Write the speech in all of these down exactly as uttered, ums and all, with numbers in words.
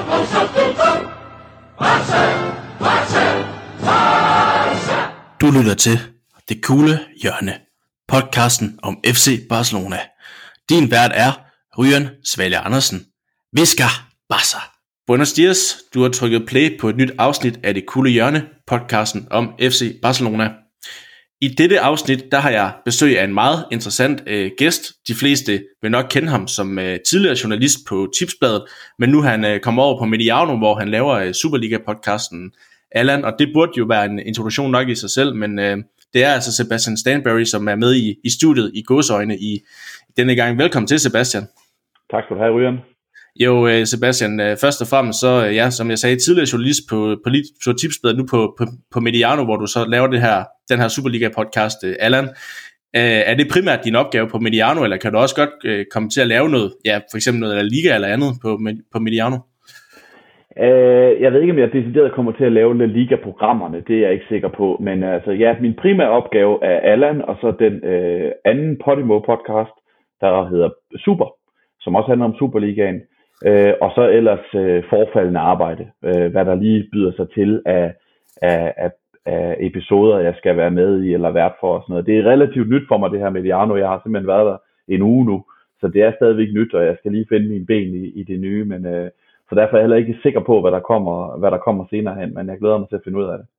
Du lytter til Det Coole Hjørne, podcasten om F C Barcelona. Din vært er Ryan Svale Andersen. Visker Barca. Buenos dias, du har trykket play på et nyt afsnit af Det Coole Hjørne, podcasten om F C Barcelona. I dette afsnit, der har jeg besøg af en meget interessant øh, gæst. De fleste vil nok kende ham som øh, tidligere journalist på Tipsbladet, men nu er han øh, kommet over på Mediano, hvor han laver øh, Superliga-podcasten Allan, og det burde jo være en introduktion nok i sig selv, men øh, det er altså Sebastian Stanbury, som er med i, i studiet i gåseøjne i, i denne gang. Velkommen til, Sebastian. Tak skal du have, Ryan. Jo, øh, Sebastian, øh, først og fremmest så, øh, ja, som jeg sagde, tidligere journalist på, på, på Tipsbladet, nu på, på, på Mediano, hvor du så laver det her, den her Superliga-podcast, øh, Allan. Øh, er det primært din opgave på Mediano, eller kan du også godt øh, komme til at lave noget, ja, for eksempel noget eller Liga eller andet på, på Mediano? Uh, jeg ved ikke, om jeg decideret kommer til at lave La Liga-programmerne, det er jeg ikke sikker på, men altså, ja, min primære opgave er Allan, og så den uh, anden Podimo-podcast, der hedder Super, som også handler om Superligaen, uh, og så ellers uh, forfaldende arbejde, uh, hvad der lige byder sig til af, af, af, af episoder, jeg skal være med i, eller vært for og sådan noget. Det er relativt nyt for mig, det her Mediano. Jeg har simpelthen været der en uge nu, så det er stadigvæk nyt, og jeg skal lige finde mine ben i, i det nye, men... Uh, Så derfor er jeg heller ikke sikker på, hvad der kommer, hvad der kommer senere hen, men jeg glæder mig til at finde ud af det.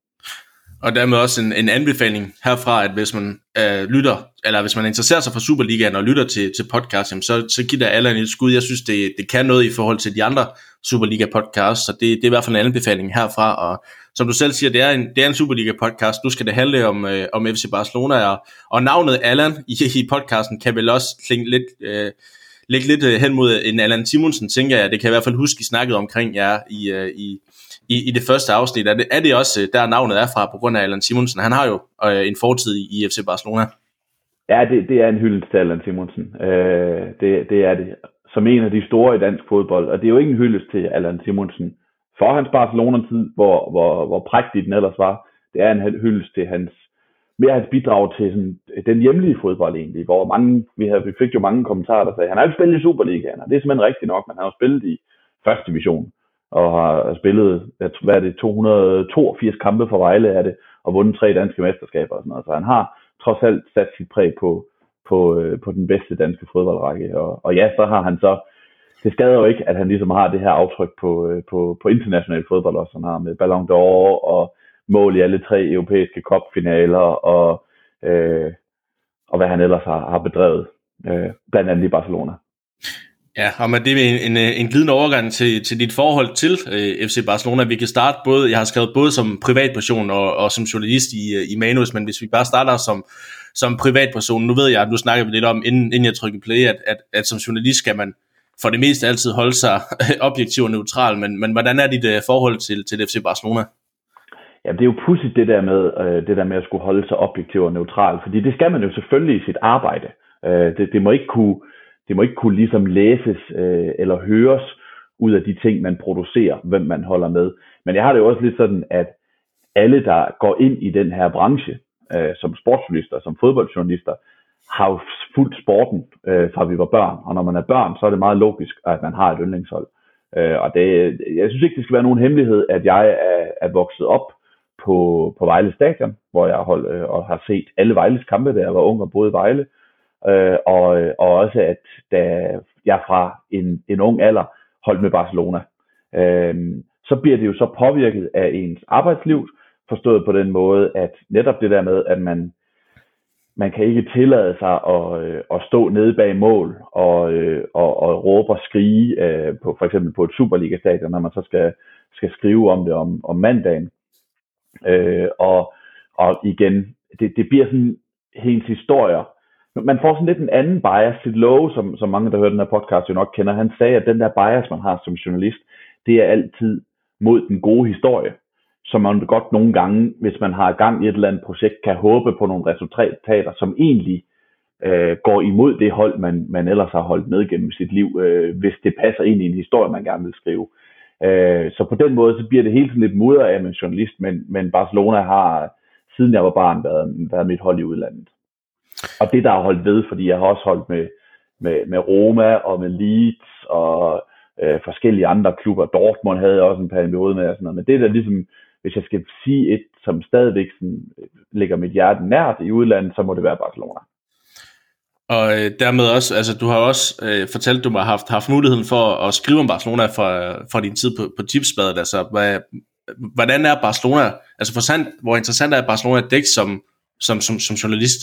Og dermed også en, en anbefaling herfra, at hvis man øh, lytter, eller hvis man interesserer sig for Superligaen og lytter til, til podcast, jamen så, så giver der Allan et skud. Jeg synes, det, det kan noget i forhold til de andre Superliga-podcasts, så det, det er i hvert fald en anbefaling herfra. Og som du selv siger, det er en, det er en Superliga-podcast. Nu skal det handle om, øh, om F C Barcelona, og, og navnet Allan i, i podcasten kan vel også klinge lidt... Øh, Læg lidt hen mod en Allan Simonsen, tænker jeg. Det kan jeg i hvert fald huske, I snakkede omkring jer i, i, i, i det første afsnit. Er det, er det også der navnet er fra på grund af Allan Simonsen? Han har jo øh, en fortid i, i F C Barcelona. Ja, det, det er en hyldest til Allan Simonsen. Øh, det, det er det. Som en af de store i dansk fodbold. Og det er jo ikke en hyldest til Allan Simonsen for hans Barcelona-tid, hvor, hvor, hvor prægtig den ellers var. Det er en hyldest til hans mere hans bidrag til sådan, den hjemlige fodbold egentlig, hvor mange, vi, havde, vi fik jo mange kommentarer, der sagde, han har jo spillet i Superligaen, og det er simpelthen rigtigt nok, men han har jo spillet i første division, og har spillet, hvad er det, to hundrede og toogfirs kampe for Vejle er det, og vundet tre danske mesterskaber og sådan noget, så han har trods alt sat sit præg på, på, på den bedste danske fodboldrække, og, og ja, så har han så, det skader jo ikke, at han ligesom har det her aftryk på, på, på international fodbold også, han har med Ballon d'Or og mål i alle tre europæiske cupfinaler og, øh, og hvad han ellers har, har bedrevet, øh, blandt andet i Barcelona. Ja, og med det er en, en, en glidende overgang til, til dit forhold til øh, F C Barcelona. Vi kan starte både, jeg har skrevet både som privatperson og, og som journalist i, i Manus, men hvis vi bare starter som, som privatperson, nu ved jeg, at nu snakker vi lidt om, inden, inden jeg trykker play, at, at, at som journalist skal man for det meste altid holde sig objektiv og neutral, men, men hvordan er dit uh, forhold til, til F C Barcelona? Ja, det er jo pudsigt det der med øh, det der med at skulle holde sig objektiv og neutral, fordi det skal man jo selvfølgelig i sit arbejde. Øh, det, det må ikke kunne, det må ikke kunne ligesom læses øh, eller høres ud af de ting man producerer, hvem man holder med. Men jeg har det jo også lidt sådan, at alle der går ind i den her branche øh, som sportsjournalister, som fodboldjournalister, har jo fulgt sporten øh, fra vi var børn, og når man er børn, så er det meget logisk, at man har et yndlingshold. Øh, og det, jeg synes ikke det skal være nogen hemmelighed, at jeg er, er vokset op på, på Vejle Stadion, hvor jeg holdt, øh, og har set alle Vejles kampe, da jeg var ung og boede i Vejle. Øh, og, og også, at da jeg fra en, en ung alder holdt med Barcelona, øh, så bliver det jo så påvirket af ens arbejdsliv, forstået på den måde, at netop det der med, at man, man kan ikke tillade sig at, øh, at stå nede bag mål og, øh, og, og råbe og skrige, øh, på, for eksempel på et Superliga-stadion, når man så skal, skal skrive om det om, om mandagen. Øh, og, og igen, det, det bliver sådan hendes historier. Man får sådan lidt en anden bias. Sid Lowe, som, som mange, der hører den her podcast jo nok kender, han sagde, at den der bias, man har som journalist, det er altid mod den gode historie. Så man godt nogle gange, hvis man har gang i et eller andet projekt, kan håbe på nogle resultater, som egentlig øh, går imod det hold, man, man ellers har holdt med gennem sit liv, øh, hvis det passer ind i en historie, man gerne vil skrive. Øh, så på den måde, så bliver det hele sådan lidt mudder af en journalist, men, men Barcelona har, siden jeg var barn, været, været mit hold i udlandet. Og det, der har holdt ved, fordi jeg har også holdt med, med, med Roma og med Leeds og øh, forskellige andre klubber. Dortmund havde også en periode med og sådan noget. Men det der ligesom, hvis jeg skal sige et, som stadigvæk sådan, ligger mit hjerte nært i udlandet, så må det være Barcelona. Og øh, dermed også, altså du har også øh, fortalt, du har haft, haft muligheden for at skrive om Barcelona fra, fra din tid på, på Tipsbladet. Altså, hvad, hvordan er Barcelona, altså for sandt, hvor interessant er Barcelona dækt som, som, som, som journalist?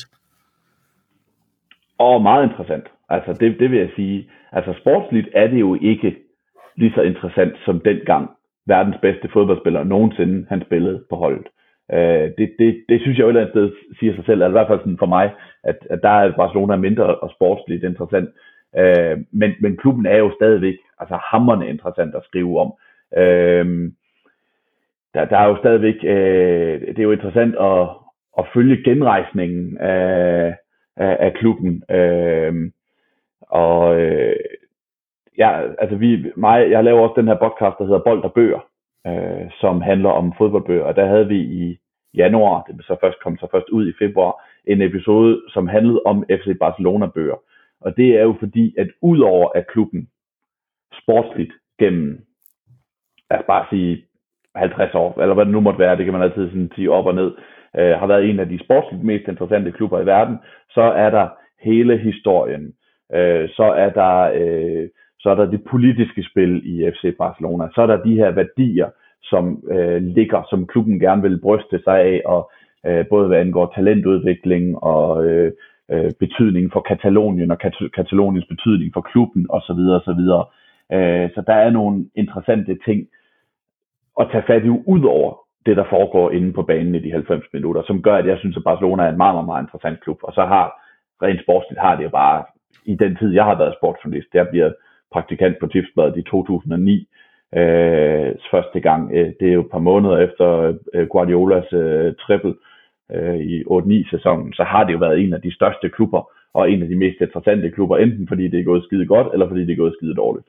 Og meget interessant. Altså det, det vil jeg sige. Altså sportsligt er det jo ikke lige så interessant som dengang verdens bedste fodboldspiller nogensinde han spillede på holdet. Uh, det, det, det synes jeg jo et eller andet sted siger sig selv, altså i hvert fald sådan for mig, at, at der er Barcelona mindre og sportsligt interessant. Uh, men, men klubben er jo stadigvæk altså hamrende interessant at skrive om. Uh, der, der er jo stadigvæk, uh, det er jo interessant at, at følge genrejsningen af, af, af klubben. Uh, og uh, ja, altså vi, mig, jeg laver også den her podcast, der hedder Bold og Bøger, øh, som handler om fodboldbøger, og der havde vi i januar, det så først kom så først ud i februar, en episode, som handlede om F C Barcelona bøger. Og det er jo fordi, at udover at klubben sportsligt gennem, lad os bare sige halvtreds år, eller hvad det nu måtte være, det kan man altid sådan sige op og ned, øh, har været en af de sportsligt mest interessante klubber i verden, så er der hele historien. Øh, så er der øh, så er der det politiske spil i F C Barcelona, så er der de her værdier, som øh, ligger, som klubben gerne vil bryste sig af, og øh, både hvad angår talentudvikling og øh, øh, betydning for Katalonien og Kat- Kataloniens betydning for klubben osv. osv. Øh, så der er nogle interessante ting at tage fat i ud over det, der foregår inde på banen i de halvfems minutter, som gør, at jeg synes, at Barcelona er en meget, meget, meget interessant klub. Og så har rent sportsligt har det jo bare, i den tid, jeg har været sportsjournalist, jeg bliver praktikant på Tipsbladet i to tusind og ni, øh, første gang. Øh, det er jo et par måneder efter øh, Guardiolas øh, triple øh, i otte ni sæsonen, så har det jo været en af de største klubber, og en af de mest interessante klubber, enten fordi det er gået skide godt, eller fordi det er gået skide dårligt.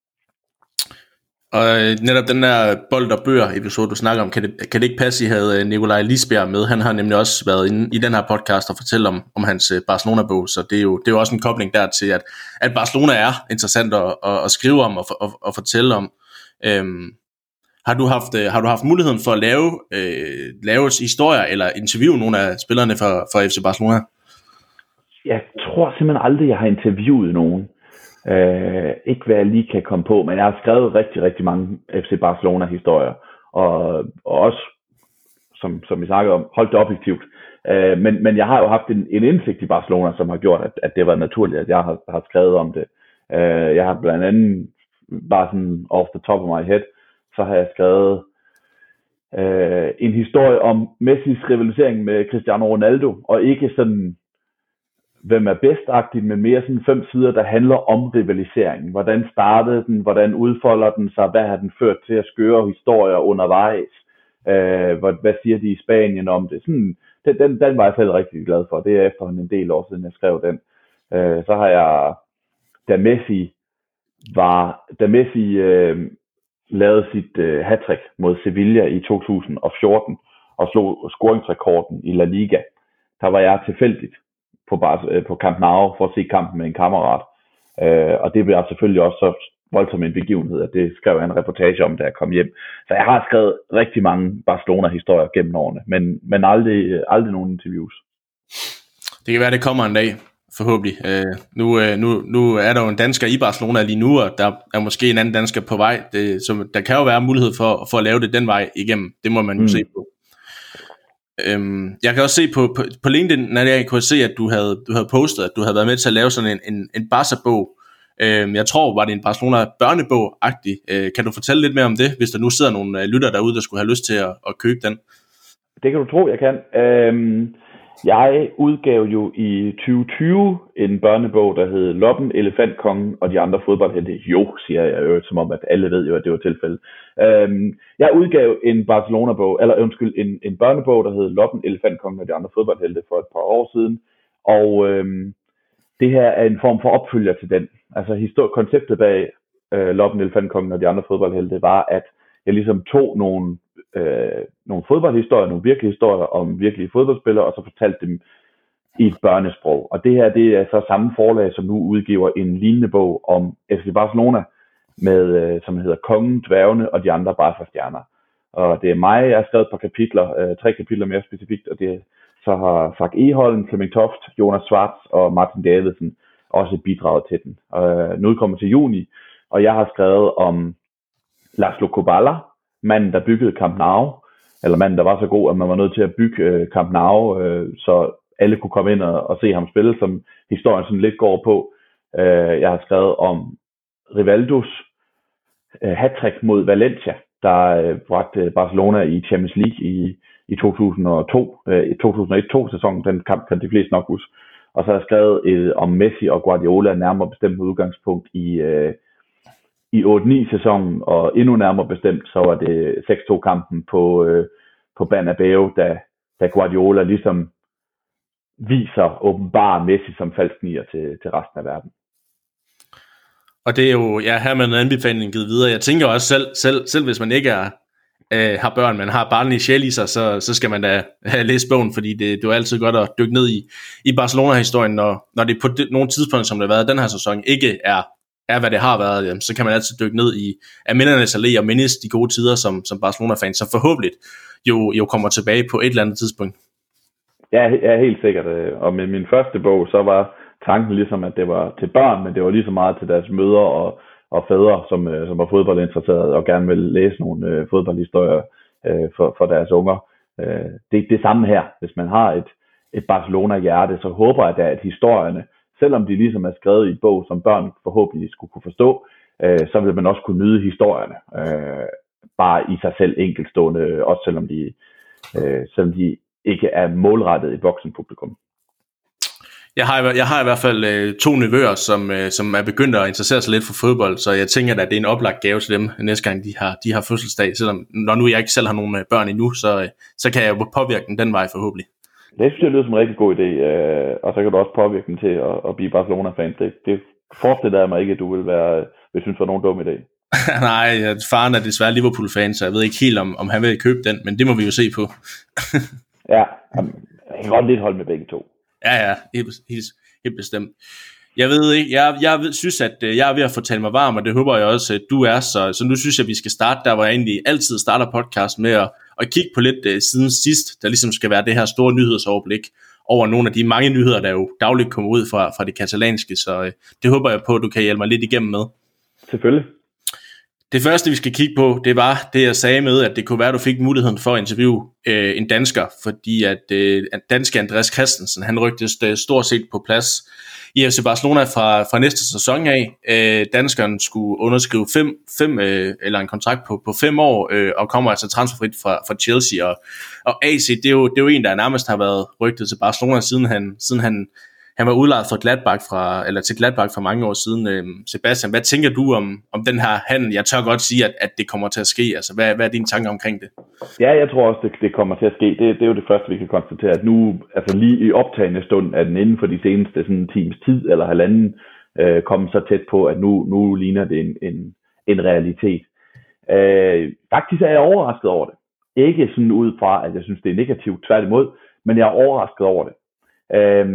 Og netop den der Bold og Bøger episode, du snakker om, kan det, kan det ikke passe, I havde Nikolaj Lisbjerg med? Han har nemlig også været inde i den her podcast og fortælle om, om hans Barcelona-bog, så det er, jo, det er jo også en kobling der til, at, at Barcelona er interessant at, at, at skrive om og, og, og fortælle om. Øhm, har, du haft, har du haft muligheden for at lave, øh, lave historier eller interviewe nogle af spillerne fra, fra F C Barcelona? Jeg tror simpelthen aldrig, jeg har interviewet nogen. Uh, ikke hvad jeg lige kan komme på, men jeg har skrevet rigtig, rigtig mange F C Barcelona historier, og, og også, som, som vi snakker om, holdt det objektivt. Uh, men, men jeg har jo haft en, en indsigt i Barcelona, som har gjort, at, at det var naturligt, at jeg har, har skrevet om det. Uh, jeg har blandt andet, bare sådan off the top of my head, så har jeg skrevet uh, en historie om Messis rivalisering med Cristiano Ronaldo, og ikke sådan hvem er bedstagtigt, men mere sådan fem sider, der handler om rivaliseringen. Hvordan startede den? Hvordan udfolder den sig? Hvad har den ført til at skøre historier undervejs? Øh, hvad, hvad siger de i Spanien om det? Sådan, den, den, den var jeg selv rigtig glad for. Det er efterhånden en del år siden, jeg skrev den. Øh, så har jeg, da Messi var, da Messi øh, lavede sit øh, hattrick mod Sevilla i to tusind og fjorten og slog scoringsrekorden i La Liga, der var jeg tilfældigt på, bar, på Camp Nou for at se kampen med en kammerat. Øh, og det blev selvfølgelig også så voldsom en begivenhed, at det skrev jeg en reportage om, da jeg kom hjem. Så jeg har skrevet rigtig mange Barcelona-historier gennem årene, men, men aldrig, aldrig nogen interviews. Det kan være, det kommer en dag, forhåbentlig. Øh, nu, nu, nu er der jo en dansker i Barcelona lige nu, og der er måske en anden dansker på vej. Det, så der kan jo være mulighed for, for at lave det den vej igennem. Det må man jo mm. se på. Øhm, jeg kan også se på, på, på LinkedIn, når jeg kunne se, at du havde, du havde postet, at du havde været med til at lave sådan en, en, en Barca-bog. Øhm, jeg tror, var det en Barcelona børnebog-agtig. Øh, kan du fortælle lidt mere om det, hvis der nu sidder nogle øh, lytter derude, der skulle have lyst til at, at købe den? Det kan du tro, jeg kan. Øhm, jeg udgav jo i tyve tyve en børnebog, der hed Loppen, Elefantkongen og de andre fodboldhelte. Jo, siger jeg jo, som om at alle ved jo, at det var tilfældet. Øhm, jeg udgav en Barcelona-bog, eller undskyld, en, en børnebog, der hed Loppen, Elefantkongen og de andre fodboldhelte for et par år siden. Og øhm, det her er en form for opfølger til den. Altså histor- konceptet bag øh, Loppen, Elefantkongen og de andre fodboldhelte var, at jeg ligesom tog nogle Øh, nogle fodboldhistorier, nogle virkelige historier om virkelige fodboldspillere, og så fortalte dem i et børnesprog. Og det her, det er så samme forlag, som nu udgiver en lignende bog om F C Barcelona, med, øh, som hedder Kongen, Dværgene og de andre Barca-stjerner. Og det er mig, jeg har skrevet et par kapitler, øh, tre kapitler mere specifikt, og det så har Fak Eholm, Flemming Toft, Jonas Schwartz og Martin Davidsen også bidraget til den. Øh, nu kommer til juni, og jeg har skrevet om Laszlo Kubala, manden der byggede Camp Nou, eller manden der var så god, at man var nødt til at bygge øh, Camp Nou, øh, så alle kunne komme ind og, og se ham spille, som historien sådan lidt går på. Øh, jeg har skrevet om Rivaldos øh, hattrick mod Valencia, der øh, bragte Barcelona i Champions League i, i to tusind og to, øh, to tusind og et to sæsonen. Den kamp kan de fleste nok huske. Og så har jeg skrevet øh, om Messi og Guardiola, nærmere bestemt med udgangspunkt i, øh, i otte ni sæsonen, og endnu nærmere bestemt, så var det seks to kampen på, øh, på Bernabeu, da, da Guardiola ligesom viser åbenbart Messi som falsk nier til, til resten af verden. Og det er jo, ja, her med en anbefaling givet videre. Jeg tænker også selv, selv, selv hvis man ikke er, øh, har børn, men har barnlige sjæl i sig, så, så skal man da læse bogen, fordi det, det er jo altid godt at dykke ned i, i Barcelona-historien, når, når det på de, nogle tidspunkter, som det har været den her sæson, ikke er, er hvad det har været, jamen, så kan man altid dykke ned i mindernes allé og mindes de gode tider som, som Barcelona-fans, som forhåbentlig jo, jo kommer tilbage på et eller andet tidspunkt. Ja, ja, helt sikkert. Og med min første bog, så var tanken ligesom, at det var til børn, men det var lige så meget til deres mødre og, og fædre, som, som var fodboldinteresserede og gerne ville læse nogle øh, fodboldhistorier øh, for, for deres unger. Øh, det er det samme her. Hvis man har et, et Barcelona-hjerte, så håber jeg da, at historierne, selvom de ligesom er skrevet i et bog, som børn forhåbentlig skulle kunne forstå, øh, så vil man også kunne nyde historierne. Øh, bare i sig selv enkeltstående, også selvom de, øh, selvom de ikke er målrettet et voksenpublikum. Jeg har, jeg har i hvert fald øh, to nevøer, som, øh, som er begyndt at interessere sig lidt for fodbold, så jeg tænker at det er en oplagt gave til dem næste gang de har, de har fødselsdag. Selvom når nu jeg ikke selv har nogen børn endnu, så, øh, så kan jeg jo påvirke den den vej forhåbentlig. Det synes jeg lyder som en rigtig god idé, øh, og så kan du også påvirke den til at, at blive Barcelona-fan. Det, det forestiller jeg mig ikke, at du vil være, hvis synes var nogen dum idé. Nej, faren er desværre Liverpool-fan, så jeg ved ikke helt, om, om han vil købe den, men det må vi jo se på. Ja, jeg kan godt lidt holde med begge to. Ja, ja, helt, helt, helt bestemt. Jeg ved ikke, jeg, jeg synes, at jeg er ved at få talt mig varm, og det håber jeg også, at du er, så, så nu synes jeg, at vi skal starte der, hvor jeg egentlig altid starter podcast med at, at kigge på lidt uh, siden sidst, der ligesom skal være det her store nyhedsoverblik over nogle af de mange nyheder, der jo dagligt kommer ud fra, fra det katalanske, så uh, det håber jeg på, at du kan hjælpe mig lidt igennem med. Selvfølgelig. Det første, vi skal kigge på, det var det, jeg sagde med, at det kunne være, at du fik muligheden for at interviewe øh, en dansker, fordi at øh, danske Andreas Christensen, han rygtes øh, stort set på plads i F C Barcelona fra, fra næste sæson af. Øh, danskeren skulle underskrive fem, fem øh, eller en kontrakt på, på fem år, øh, og kommer altså transferfrit fra, fra Chelsea. Og, og A C, det er, jo, det er jo en, der nærmest har været rygtet til Barcelona, siden han, siden han Han var udlejet for Gladbach fra, eller til Gladbach for mange år siden. Sebastian, hvad tænker du om, om den her handel? Jeg tør godt sige, at, at det kommer til at ske. Altså, hvad, hvad er dine tanker omkring det? Ja, jeg tror også, det, det kommer til at ske. Det, det er jo det første, vi kan konstatere, at nu, altså lige i optagende stund, er den inden for de seneste sådan en times tid eller halvanden øh, kommet så tæt på, at nu, nu ligner det en, en, en realitet. Øh, faktisk er jeg overrasket over det. Ikke sådan ud fra, at jeg synes, det er negativt, tværtimod, men jeg er overrasket over det. Øh,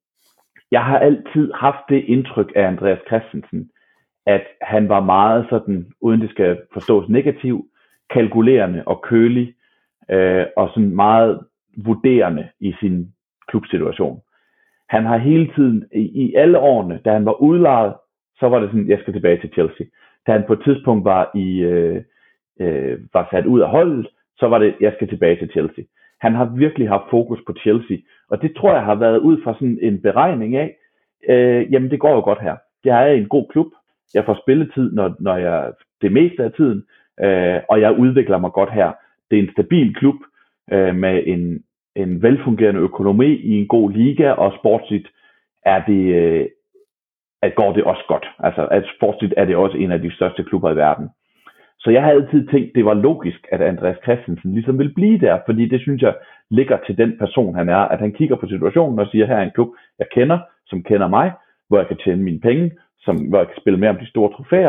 Jeg har altid haft det indtryk af Andreas Christensen, at han var meget sådan, uden det skal forstås negativt, kalkulerende og kølig, øh, og sådan meget vurderende i sin klubsituation. Han har hele tiden, i, i alle årene, da han var udlejet, så var det sådan, jeg skal tilbage til Chelsea. Da han på et tidspunkt var, i, øh, øh, var sat ud af holdet, så var det, jeg skal tilbage til Chelsea. Han har virkelig haft fokus på Chelsea, og det tror jeg har været ud fra sådan en beregning af, øh, jamen det går jo godt her. Jeg er i en god klub, jeg får spilletid, når, når jeg det meste af tiden, øh, og jeg udvikler mig godt her. Det er en stabil klub øh, med en, en velfungerende økonomi i en god liga, og sportsligt er det, øh, at går det også godt. Altså at sportsligt er det også en af de største klubber i verden. Så jeg har altid tænkt, det var logisk, at Andreas Christensen ligesom vil blive der, fordi det synes jeg ligger til den person, han er, at han kigger på situationen og siger, her er en klub, jeg kender, som kender mig, hvor jeg kan tjene mine penge, som, hvor jeg kan spille mere om de store trofæer.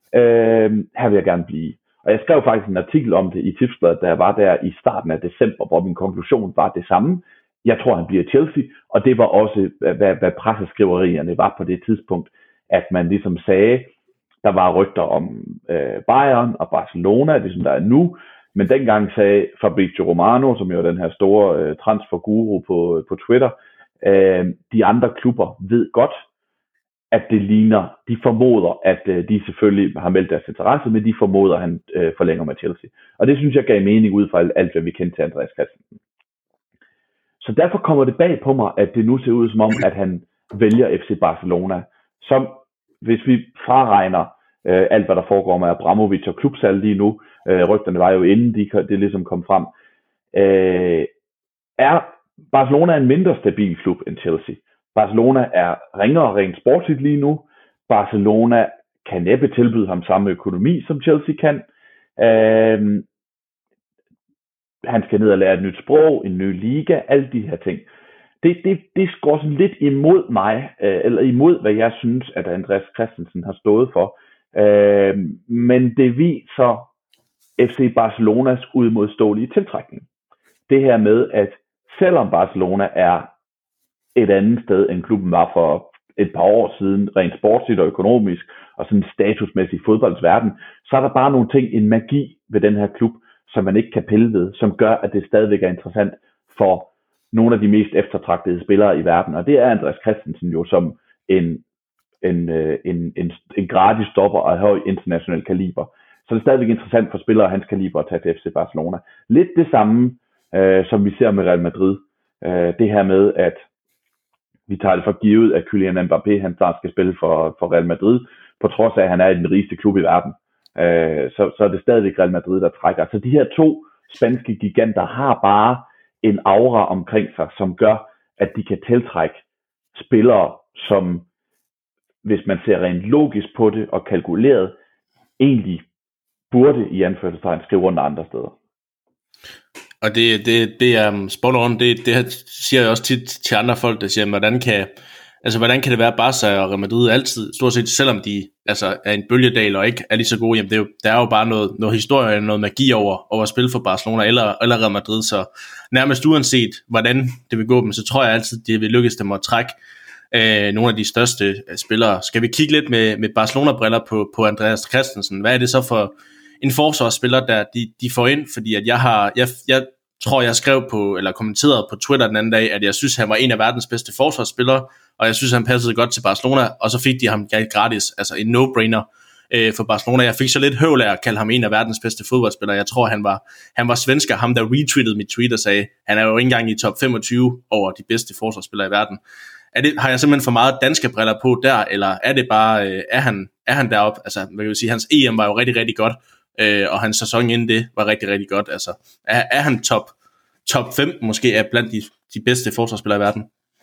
Øh, her vil jeg gerne blive. Og jeg skrev faktisk en artikel om det i Tipsbladet, da jeg var der i starten af december, hvor min konklusion var det samme. Jeg tror, han bliver Chelsea, og det var også, hvad, hvad presseskriverierne var på det tidspunkt, at man ligesom sagde, der var rygter om øh, Bayern og Barcelona, ligesom der er nu. Men dengang sagde Fabrizio Romano, som jo er den her store øh, transferguru på, på Twitter, øh, de andre klubber ved godt, at det ligner, de formoder, at øh, de selvfølgelig har meldt deres interesse, men de formoder, at han øh, forlænger med Chelsea. Og det synes jeg gav mening ud fra alt, hvad vi kendte til Andreas Christensen. Så derfor kommer det bag på mig, at det nu ser ud som om, at han vælger F C Barcelona, som hvis vi fraregner øh, alt, hvad der foregår med Abramovic og klubsalg lige nu, øh, rygterne var jo inden de, det ligesom kom frem, øh, er Barcelona en mindre stabil klub end Chelsea. Barcelona er ringere rent sportsligt lige nu. Barcelona kan næppe tilbyde ham samme økonomi, som Chelsea kan. Øh, han skal ned og lære et nyt sprog, en ny liga, alle de her ting. Det, det, det går sådan lidt imod mig, øh, eller imod, hvad jeg synes, at Andreas Christensen har stået for. Øh, men det viser F C Barcelonas udmodståelige tiltrækning. Det her med, at selvom Barcelona er et andet sted, end klubben var for et par år siden, rent sportsligt og økonomisk, og sådan statusmæssigt i fodboldsverden, så er der bare nogle ting, en magi ved den her klub, som man ikke kan pille ved, som gør, at det stadigvæk er interessant for nogle af de mest eftertragtede spillere i verden. Og det er Andreas Christensen jo som en, en, en, en, en gratis stopper af høj international kaliber. Så det er stadigvæk interessant for spillere af hans kaliber at tage til F C Barcelona. Lidt det samme, øh, som vi ser med Real Madrid. Øh, det her med, at vi tager det for givet, at Kylian Mbappé, han snart skal spille for, for Real Madrid, på trods af, at han er i den rigeste klub i verden. Øh, så, så er det stadigvæk Real Madrid, der trækker. Så de her to spanske giganter har bare en aura omkring sig, som gør, at de kan tiltrække spillere, som, hvis man ser rent logisk på det og kalkuleret, egentlig burde i anførselstegn skrive rundt andre steder. Og det, det, det er spot on, det, det siger jeg også tit til andre folk, der siger, hvordan kan, altså, hvordan kan det være, Barca og Real Madrid altid, stort set, selvom de altså, er en bølgedal og ikke er lige så gode, jamen det er jo, der er jo bare noget, noget historie, noget magi over, over at spille for Barcelona eller, eller Real Madrid, så nærmest uanset, hvordan det vil gå dem, så tror jeg altid, det vil lykkes dem at trække øh, nogle af de største spillere. Skal vi kigge lidt med, med Barcelona-briller på, på Andreas Christensen? Hvad er det så for en forsvarsspiller, der de, de får ind? Fordi at jeg har, jeg, jeg tror, jeg skrev på, eller kommenterede på Twitter den anden dag, at jeg synes, han var en af verdens bedste forsvarsspillere, og jeg synes, han passede godt til Barcelona, og så fik de ham gratis, altså en no-brainer øh, for Barcelona. Jeg fik så lidt høvl af at kalde ham en af verdens bedste fodboldspillere. Jeg tror, han var, han var svensker, ham der retweetede mit tweet og sagde, han er jo ikke engang i top femogtyve over de bedste forsvarsspillere i verden. Er det, har jeg simpelthen for meget danske briller på der, eller er det bare, øh, er han, er han deroppe? Altså, man kan jo sige, hans E M var jo rigtig, rigtig godt, øh, og hans sæson inden det var rigtig, rigtig godt. Altså, er, er han top, top fem måske er blandt de, de bedste forsvarsspillere i verden?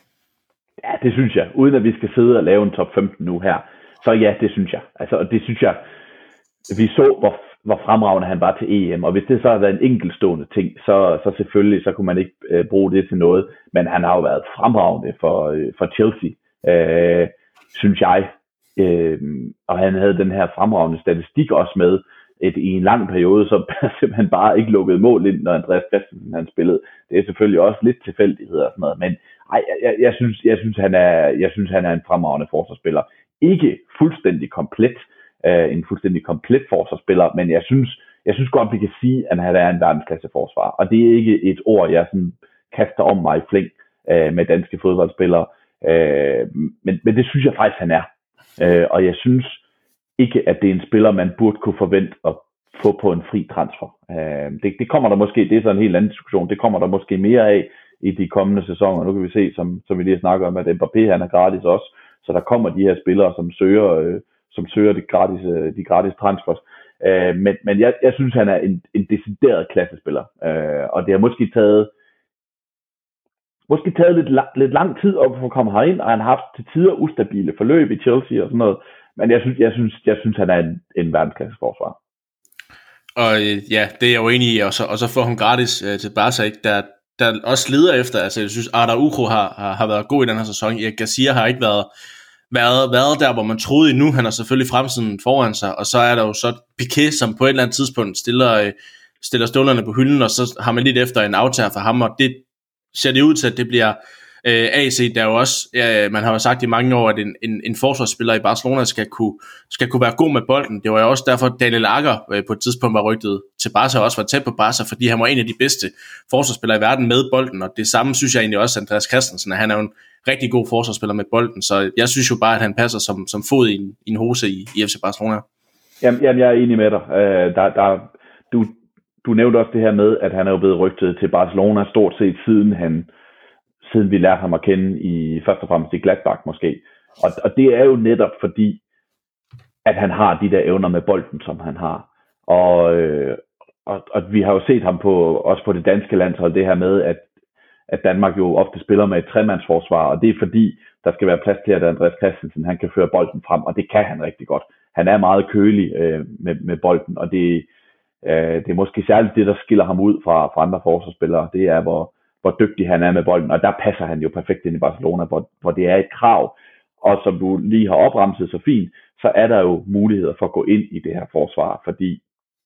Ja, det synes jeg. Uden at vi skal sidde og lave en top femten nu her. Så ja, det synes jeg. Altså, og det synes jeg, vi så, hvor, hvor fremragende han var til E M. Og hvis det så har været en enkeltstående ting, så, så selvfølgelig, så kunne man ikke øh, bruge det til noget. Men han har jo været fremragende for, øh, for Chelsea, øh, synes jeg. Øh, og han havde den her fremragende statistik også med, et, i en lang periode, så simpelthen bare ikke lukket mål ind, når Andreas Christensen han spillede. Det er selvfølgelig også lidt tilfældigheder og sådan noget, men ej, jeg, jeg, synes, jeg, synes, han er, jeg synes, han er en fremragende forsvarsspiller. Ikke fuldstændig komplet, øh, en fuldstændig komplet forsvarsspiller, men jeg synes, jeg synes godt, vi kan sige, at han er en verdensklasse forsvar. Og det er ikke et ord, jeg sådan kaster om mig i flæng øh, med danske fodboldspillere, øh, men, men det synes jeg faktisk, han er. Øh, og jeg synes ikke, at det er en spiller, man burde kunne forvente at få på en fri transfer. Øh, det, det kommer der måske, det er så en helt anden diskussion, det kommer der måske mere af i de kommende sæsoner. Nu kan vi se, som, som vi lige snakker om, at Mbappé han er gratis også, så der kommer de her spillere, som søger, øh, som søger de gratis, øh, de gratis transfers. Øh, men men jeg, jeg synes, han er en, en decideret klassespiller, øh, og det har måske taget måske taget lidt, lidt lang tid op for at komme herind, og han har haft til tider ustabile forløb i Chelsea og sådan noget. Men jeg synes, jeg synes, jeg synes han er en, en verdensklasse forsvar. Og ja, det er jeg jo enig i, og så, og så får hun gratis øh, til Barca, ikke? Der, der også leder efter, altså jeg synes, Arda Ugro har, har, har været god i den her sæson. Erik Garcia har ikke været, været, været der, hvor man troede endnu. Han har selvfølgelig fremtiden foran sig, og så er der jo så Piqué, som på et eller andet tidspunkt stiller, øh, stiller stålerne på hylden, og så har man lidt efter en aftager for ham, og det ser det ud til, at det bliver Øh, A C, der er jo også, ja, man har jo sagt i mange år, at en, en, en forsvarsspiller i Barcelona skal kunne, skal kunne være god med bolden. Det var jo også derfor, Daniel Agger øh, på et tidspunkt var rygtet til Barca, og også var tæt på Barca, fordi han var en af de bedste forsvarsspillere i verden med bolden, og det samme synes jeg egentlig også, Andreas Christensen, at han er jo en rigtig god forsvarsspiller med bolden, så jeg synes jo bare, at han passer som, som fod i en, i en hose i, i F C Barcelona. Jamen, jamen, jeg er enig med dig. Uh, der, der, du, du nævnte også det her med, at han er jo blevet rygtet til Barcelona stort set siden han siden vi lærte ham at kende i først og fremmest i Gladbach måske. Og, og det er jo netop fordi, at han har de der evner med bolden, som han har. Og, øh, og, og vi har jo set ham på, også på det danske landshold, det her med, at, at Danmark jo ofte spiller med et tremandsforsvar, og det er fordi, der skal være plads til, at Andreas Christensen, han kan føre bolden frem, og det kan han rigtig godt. Han er meget kølig øh, med, med bolden, og det, øh, det er måske særligt det, der skiller ham ud fra, fra andre forsvarsspillere, det er, hvor hvor dygtig han er med bolden, og der passer han jo perfekt ind i Barcelona, hvor, hvor det er et krav, og som du lige har opremset så fint, så er der jo muligheder for at gå ind i det her forsvar, fordi,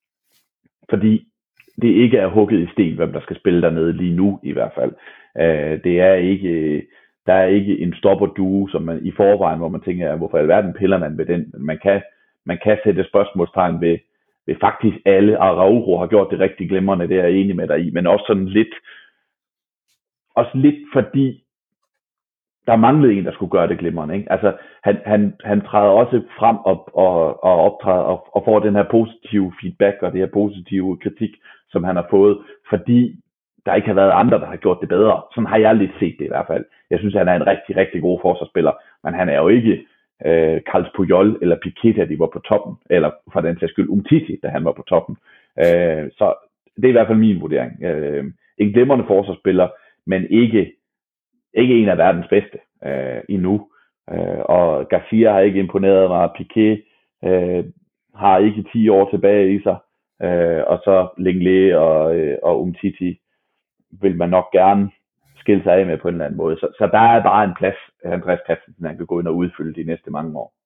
fordi det ikke er hugget i sten, hvem der skal spille dernede lige nu i hvert fald. Uh, det er ikke, der er ikke en stopper-duo, som man i forvejen, hvor man tænker, hvorfor i alverden piller man ved den, men man kan, man kan sætte spørgsmålstegn ved, ved faktisk alle. Araujo har gjort det rigtig glimrende, det er jeg enig med dig i, men også sådan lidt Også lidt fordi, der manglede en, der skulle gøre det glimrende. Ikke? Altså, han, han, han træder også frem og, og, og optræder og, og får den her positive feedback og det her positive kritik, som han har fået, fordi der ikke har været andre, der har gjort det bedre. Sådan har jeg lidt set det i hvert fald. Jeg synes, han er en rigtig, rigtig god forsvarsspiller, men han er jo ikke øh, Carles Puyol eller Piqué, da de var på toppen, eller for den sags skyld Umtiti, da han var på toppen. Øh, så det er i hvert fald min vurdering. Øh, en glimrende forsvarsspiller, men ikke, ikke en af verdens bedste øh, endnu. Øh, og Garcia har ikke imponeret mig. Piqué øh, har ikke ti år tilbage i sig. Øh, og så Lenglet og, øh, og Umtiti vil man nok gerne skille sig af med på en eller anden måde. Så, så der er bare en plads, Andreas Christensen, han kan gå ind og udfylde de næste mange år.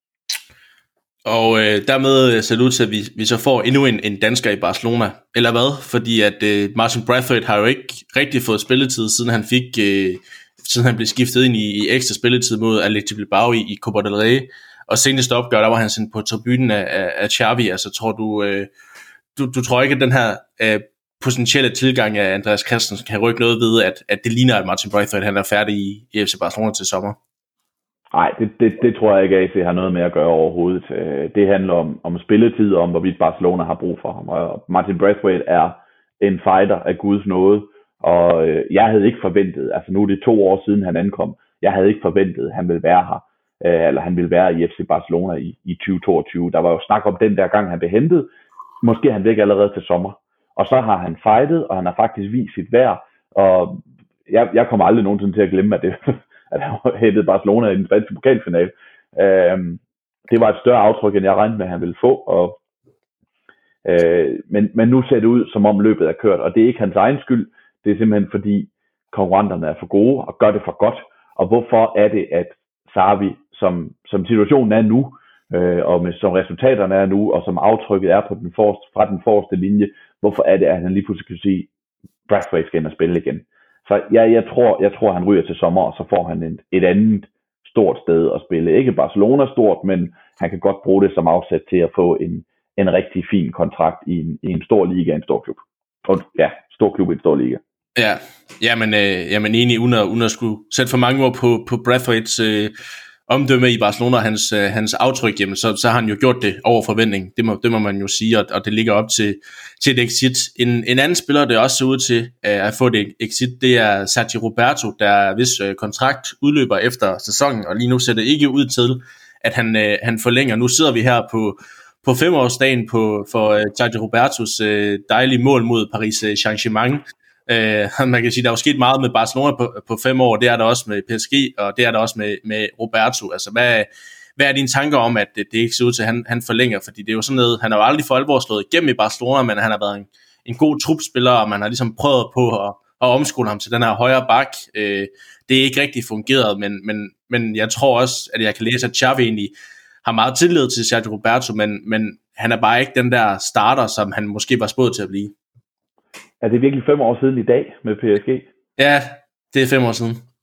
Og øh, dermed ser det ud til, at vi, vi så får endnu en, en dansker i Barcelona, eller hvad? Fordi at øh, Martin Braithwaite har jo ikke rigtig fået spilletid, siden han fik, øh, siden han blev skiftet ind i, i ekstra spilletid mod Athletic Bilbao i, i Copa del Rey. Og seneste opgør, der var han sendt på tribunen af, af, af Xavi. Altså tror du, øh, du, du tror ikke, at den her øh, potentielle tilgang af Andreas Christensen kan rykke noget ved, at, at det ligner, at Martin Braithwaite han er færdig i, i F C Barcelona til sommer? Nej, det, det, det tror jeg ikke, at A C har noget med at gøre overhovedet. Det handler om, om spilletid, og om hvorvidt Barcelona har brug for ham. Og Martin Braithwaite er en fighter af Guds nåde, og jeg havde ikke forventet, altså nu er det to år siden han ankom, jeg havde ikke forventet, at han ville være her, eller han ville være i F C Barcelona i, i tyve toogtyve. Der var jo snak om den der gang, han blev hentet. Måske er han væk allerede til sommer. Og så har han fightet, og han har faktisk vist sit værd, og jeg, jeg kommer aldrig nogensinde til at glemme, at det at han hættede Barcelona i den spanske pokalfinale. Øhm, det var et større aftryk, end jeg regnede med, at han ville få. Og, øh, men, men nu ser det ud, som om løbet er kørt, og det er ikke hans egen skyld. Det er simpelthen fordi konkurrenterne er for gode og gør det for godt. Og hvorfor er det, at Xavi, som, som situationen er nu, øh, og med, som resultaterne er nu, og som aftrykket er på den forreste, fra den forreste linje, hvorfor er det, at han lige pludselig kan sige, Braithwaite skal ind og spille igen? Så jeg, jeg, tror, jeg tror, han ryger til sommer, og så får han et, et andet stort sted at spille. Ikke Barcelona stort, men han kan godt bruge det som afsæt til at få en, en rigtig fin kontrakt i en, i en stor liga, en stor klub. Og ja, stor klub i en stor liga. Ja, jamen, øh, jamen enig, uden at, uden at skulle sætte for mange ord på, på Braithwaites øh, omdømme i Barcelona og hans, øh, hans aftryk, jamen, så, så har han jo gjort det over forventning. Det må, det må man jo sige, og, og det ligger op til, til et exit. En, en anden spiller, der også ser ud til øh, at få det exit, det er Sergi Roberto, der hvis øh, kontrakt udløber efter sæsonen, og lige nu ser det ikke ud til, at han, øh, han forlænger. Nu sidder vi her på, på femårsdagen på, for øh, Sergi Robertos øh, dejlige mål mod Paris Saint-Germain. Uh, man kan sige, der er jo sket meget med Barcelona på, på fem år, det er der også med P S G, og det er der også med, med Roberto. Altså, hvad, hvad er dine tanker om, at det, det ikke ser ud til, at han, han forlænger? Fordi det er jo sådan noget, han har jo aldrig for alvor slået igennem i Barcelona, men han har været en, en god trupspiller, og man har ligesom prøvet på at, at omskole ham til den her højre bak. Uh, det er ikke rigtig fungeret, men, men, men jeg tror også, at jeg kan læse, at Xavi egentlig har meget tillid til Sergio Roberto, men, men han er bare ikke den der starter, som han måske var spået til at blive. Er det virkelig fem år siden i dag med P S G? Ja, det er fem år siden.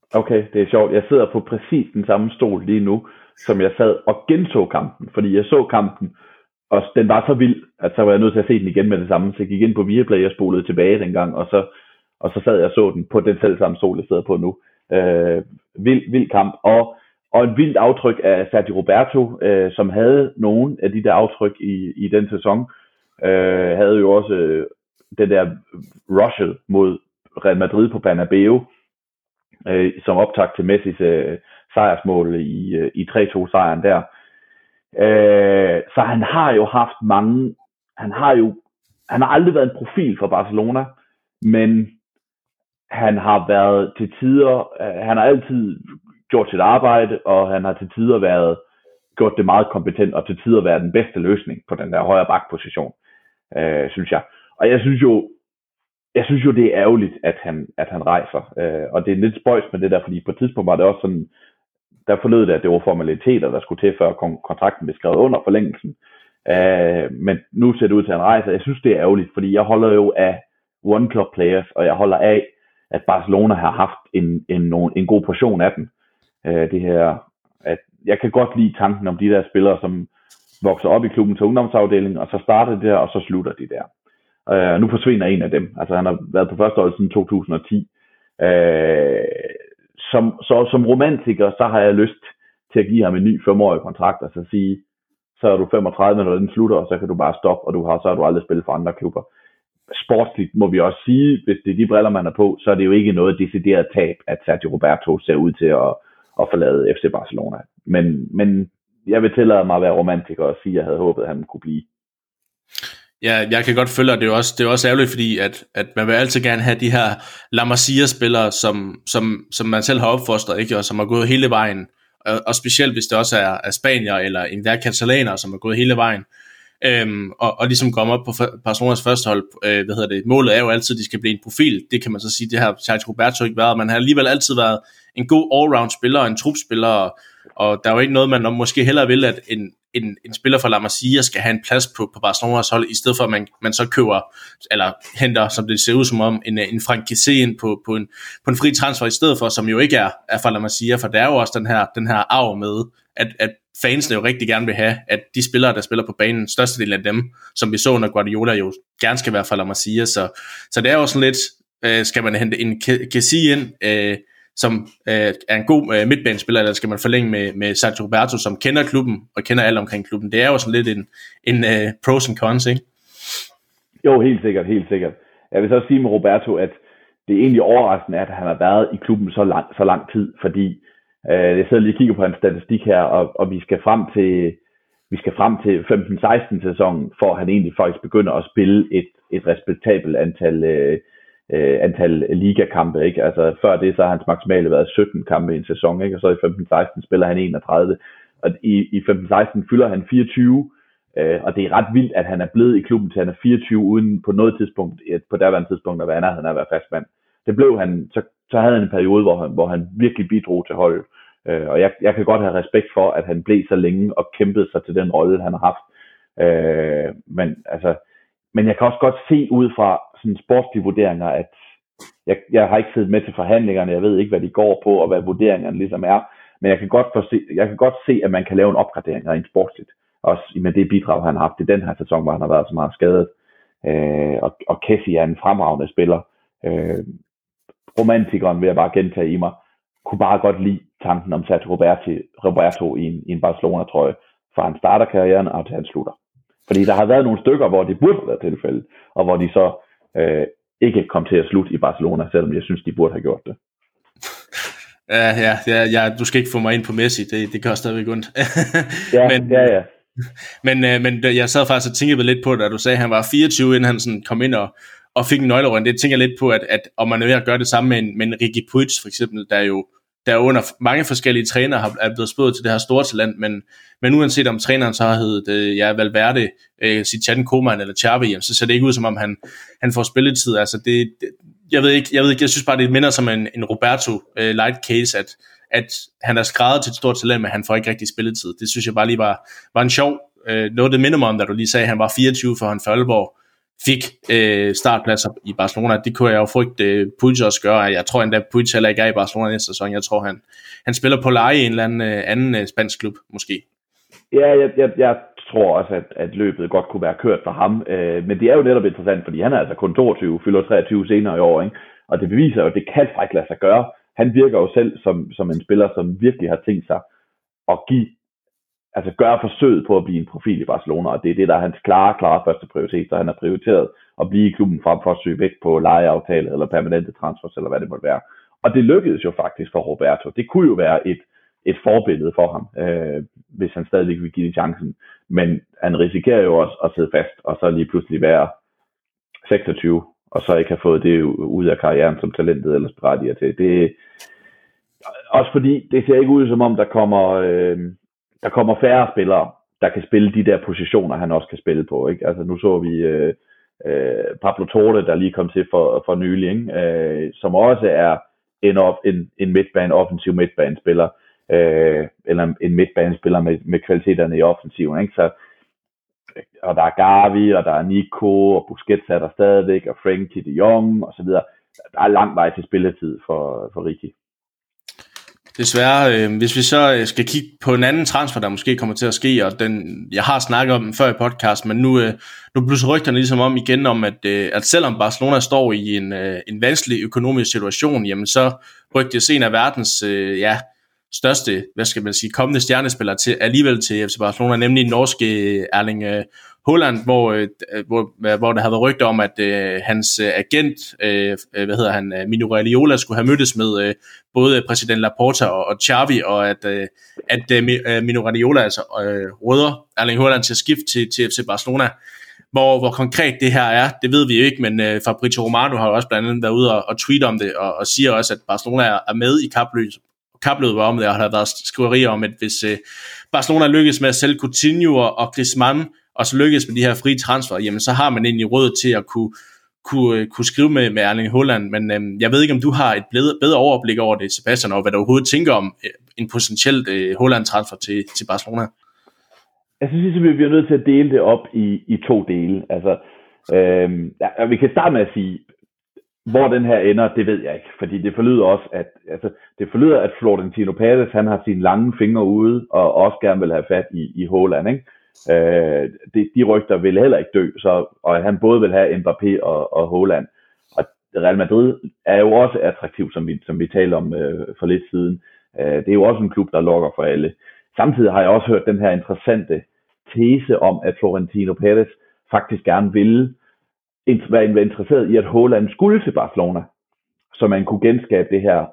Okay, det er sjovt. Jeg sidder på præcis den samme stol lige nu, som jeg sad og genså kampen, fordi jeg så kampen, og den var så vild, at så var jeg nødt til at se den igen med det samme. Så jeg gik ind på Viaplay og spolede tilbage dengang, og så, og så sad jeg og så den på den selv samme stol, jeg sidder på nu. Øh, vild, vild kamp, og, og et vildt aftryk af Sergio Roberto, øh, som havde nogle af de der aftryk i, i den sæson. Øh, havde jo også øh, den der rushet mod Real Madrid på Bernabeu, øh, som optakt til Messis øh, sejrsmål i, øh, i tre to sejren der. Øh, så han har jo haft mange, han har jo, han har aldrig været en profil for Barcelona, men han har været til tider, øh, han har altid gjort sit arbejde, og han har til tider været, gjort det meget kompetent, og til tider været den bedste løsning på den der højre bakposition, øh, synes jeg. Og jeg synes jo, jeg synes jo, det er ærgerligt, at han, at han rejser. Øh, og det er lidt spøjs med det der, fordi på et tidspunkt var det også sådan, der forlød det, at det var formaliteter, der skulle til, før kontrakten blev skrevet under forlængelsen. Øh, men nu ser det ud til, at han rejser. Jeg synes, det er ærgerligt, fordi jeg holder jo af one club players, og jeg holder af, at Barcelona har haft en, en, en, en god portion af den. Øh, det her, at jeg kan godt lide tanken om de der spillere, som vokser op i klubben til ungdomsafdelingen, og så starter det der, og så slutter de der. Uh, nu forsvinder en af dem. Altså han har været på første hold siden to tusind og ti. Uh, som, så som romantiker, så har jeg lyst til at give ham en ny femårig kontrakt, og så sige, så er du femogtredive, når den slutter, og så kan du bare stoppe, og du har, så har du aldrig spillet for andre klubber. Sportsligt må vi også sige, hvis det er de briller, man er på, så er det jo ikke noget decideret tab, at Sergio Roberto ser ud til at, at forlade F C Barcelona. Men, men jeg vil tillade mig at være romantiker og sige, at jeg havde håbet, at han kunne blive. Ja, jeg kan godt følge, at det er også, det er også ærgerligt, fordi at, at man vil altid gerne have de her La Masia-spillere, som, som, som man selv har opfostret, ikke? Og som har gået hele vejen, og, og specielt hvis det også er, er spanier eller en der katalaner, som har gået hele vejen, øhm, og, og ligesom kommer op på Barcelonas første hold. Øh, hvad hedder det? Målet er jo altid, at de skal blive en profil. Det kan man så sige, det har Sergio Roberto ikke været. Man har alligevel altid været en god all-round spiller, en trupspiller, og, og der er jo ikke noget, man måske hellere vil, at en En, en spiller fra La Masia skal have en plads på, på Barcelonas hold, i stedet for at man, man så køber, eller henter, som det ser ud som om, en, en Frank Kessé ind på, på, en, på en fri transfer i stedet for, som jo ikke er, er fra La Masia, for der er jo også den her, den her arv med, at, at fansene jo rigtig gerne vil have, at de spillere, der spiller på banen, størstedelen af dem, som vi så under Guardiola, jo gerne skal være fra La Masia, så, så det er jo sådan lidt, øh, skal man hente en Kessé ind, øh, som øh, er en god øh, midtbanespiller, eller skal man forlænge med, med Sergio Roberto, som kender klubben, og kender alt omkring klubben. Det er jo sådan lidt en, en uh, pros and cons, ikke? Jo, helt sikkert, helt sikkert. Jeg vil så sige med Roberto, at det er egentlig overraskende, at han har været i klubben så lang, så lang tid, fordi øh, jeg sidder lige og kigger på hans statistik her, og, og vi skal frem til vi skal frem til femten seksten sæsonen, for at han egentlig faktisk begynder at spille et, et respektabelt antal øh, Øh, antal ligakampe, ikke? Altså før det, så har hans maksimale været sytten kampe i en sæson, ikke? Og så i femten seksten spiller han enogtredive, og i, i femten seksten fylder han fireogtyve, øh, og det er ret vildt, at han er blevet i klubben til han er fireogtyve, uden på noget tidspunkt, på derværende tidspunkt at være nærheden af at være fastmand. Det blev han, så, så havde han en periode, hvor han, hvor han virkelig bidrog til holdet, øh, og jeg, jeg kan godt have respekt for, at han blev så længe og kæmpede sig til den rolle, han har haft, øh, men altså Men jeg kan også godt se ud fra sådan sportslige vurderinger, at jeg, jeg har ikke siddet med til forhandlingerne, jeg ved ikke, hvad de går på, og hvad vurderingerne ligesom er, men jeg kan godt, forse, jeg kan godt se, at man kan lave en opgradering rent sportsligt, også med det bidrag, han har haft i den her sæson, hvor han har været så meget skadet, øh, og, og Kessy er en fremragende spiller. Øh, romantikeren, vil jeg bare gentage i mig, kunne bare godt lide tanken om Sergio Roberto, Roberto i en, i en Barcelona-trøje, fra han starter karrieren og til han slutter. Fordi der har været nogle stykker, hvor det burde være tilfældet, og hvor de så øh, ikke kom til at slutte i Barcelona, selvom jeg synes, de burde have gjort det. Ja, ja, ja, ja, du skal ikke få mig ind på Messi, det, det gør stadigvæk ondt. ja, men, ja, ja. Men, øh, men jeg sad faktisk og tænkte lidt på det, da du sagde, at han var fireogtyve, inden han sådan kom ind og, og fik en nøglerunde. Det tænker jeg lidt på, at, at om man er ved at gøre det samme med en, med en Riqui Puig, for eksempel, der jo der under mange forskellige trænere har, er blevet spået til det her store talent, men, men uanset om træneren så har heddet øh, ja, Valverde, øh, Zidane, Koeman eller Xavi, så ser det ikke ud som om han, han får spilletid. Altså det, det, jeg ved ikke, jeg ved ikke, jeg synes bare det minder som en, en Roberto øh, light case, at, at han er skrevet til et stort talent, men han får ikke rigtig spilletid. Det synes jeg bare lige var, var en sjov, øh, noget det minder mig om, da du lige sagde, at han var fireogtyve for han for alvor fik øh, startpladser i Barcelona. Det kunne jeg jo frygte øh, Puig også gøre. Jeg tror endda, Puig heller ikke er i Barcelona næste sæson. Jeg tror, han, han spiller på leje i en eller anden øh, anden øh, spansk klub, måske. Ja, jeg, jeg, jeg tror også, at, at løbet godt kunne være kørt for ham. Øh, men det er jo netop interessant, fordi han er altså kun toogtyve, fylder treogtyve senere i år, ikke? Og det beviser jo, at det kan faktisk lade sig gøre. Han virker jo selv som, som en spiller, som virkelig har tænkt sig at give, altså gøre forsøget på at blive en profil i Barcelona, og det er det, der er hans klare, klare første prioritet, så han har prioriteret at blive i klubben frem for at søge væk på lejeaftale eller permanente transfers, eller hvad det måtte være. Og det lykkedes jo faktisk for Roberto. Det kunne jo være et, et forbillede for ham, øh, hvis han stadigvæk vil give det chancen. Men han risikerer jo også at sidde fast, og så lige pludselig være seksogtyve, og så ikke have fået det ud af karrieren, som talentet ellers berettiger til. Det, også fordi det ser ikke ud som om, der kommer, øh, der kommer færre spillere, der kan spille de der positioner, han også kan spille på. Ikke? Altså nu så vi øh, øh, Pablo Torre, der lige kom til for, for nylig, ikke? Øh, som også er en, en, en midtbane, offensiv midtbanespiller, øh, eller en midtbanespiller med, med kvaliteterne i offensiven. Ikke? Så, og der er Gavi, og der er Nico, og Busquets er der stadigvæk, og Frenkie de Jong, og så videre. Der er lang vej til spilletid for, for Ricky. Desværre, øh, hvis vi så skal kigge på en anden transfer, der måske kommer til at ske, og den, jeg har snakket om den før i podcast, men nu, øh, nu blusser rygterne ligesom om igen om, at, øh, at selvom Barcelona står i en, øh, en vanskelig økonomisk situation, jamen så rygtes en af verdens øh, ja, største, hvad skal man sige, kommende stjernespiller til, alligevel til F C Barcelona, nemlig den norske Erling øh, Haaland, hvor, øh, hvor, hvor der havde været rygter om, at øh, hans agent, øh, hvad hedder han, Mino Raiola, skulle have mødtes med øh, både præsident Laporta og, og Xavi, og at, øh, at øh, Mino Raiola altså øh, råder Erling Haaland til at skifte til, til F C Barcelona. Hvor, hvor konkret det her er, det ved vi jo ikke, men øh, Fabrizio Romano har jo også blandt andet været ude og, og tweete om det, og, og siger også, at Barcelona er med i kapløb, kapløbet om det, og der har været skriverier om, at hvis øh, Barcelona lykkes med at sælge Coutinho og, og Griezmann, og så lykkes med de her frie transfer, jamen så har man egentlig råd til at kunne, kunne, kunne skrive med, med Erling Haaland, men øh, jeg ved ikke, om du har et bedre, bedre overblik over det, Sebastian, og hvad du overhovedet tænker om øh, en potentiel øh, Haaland-transfer til, til Barcelona. Jeg synes, at vi bliver nødt til at dele det op i, i to dele. Altså, øh, ja, vi kan starte med at sige, hvor den her ender, det ved jeg ikke, fordi det forlyder også, at altså, det forlyder, at Florentino Pérez, han har sine lange fingre ude, og også gerne vil have fat i, i Haaland, ikke? Øh, de, de rygter vil heller ikke dø, så, og han både vil have Mbappé og, og Haaland. Og Real Madrid er jo også attraktiv, som vi, som vi talte om øh, for lidt siden. Øh, det er jo også en klub, der lokker for alle. Samtidig har jeg også hørt den her interessante tese om, at Florentino Pérez faktisk gerne ville være interesseret i, at Haaland skulle til Barcelona, så man kunne genskabe det her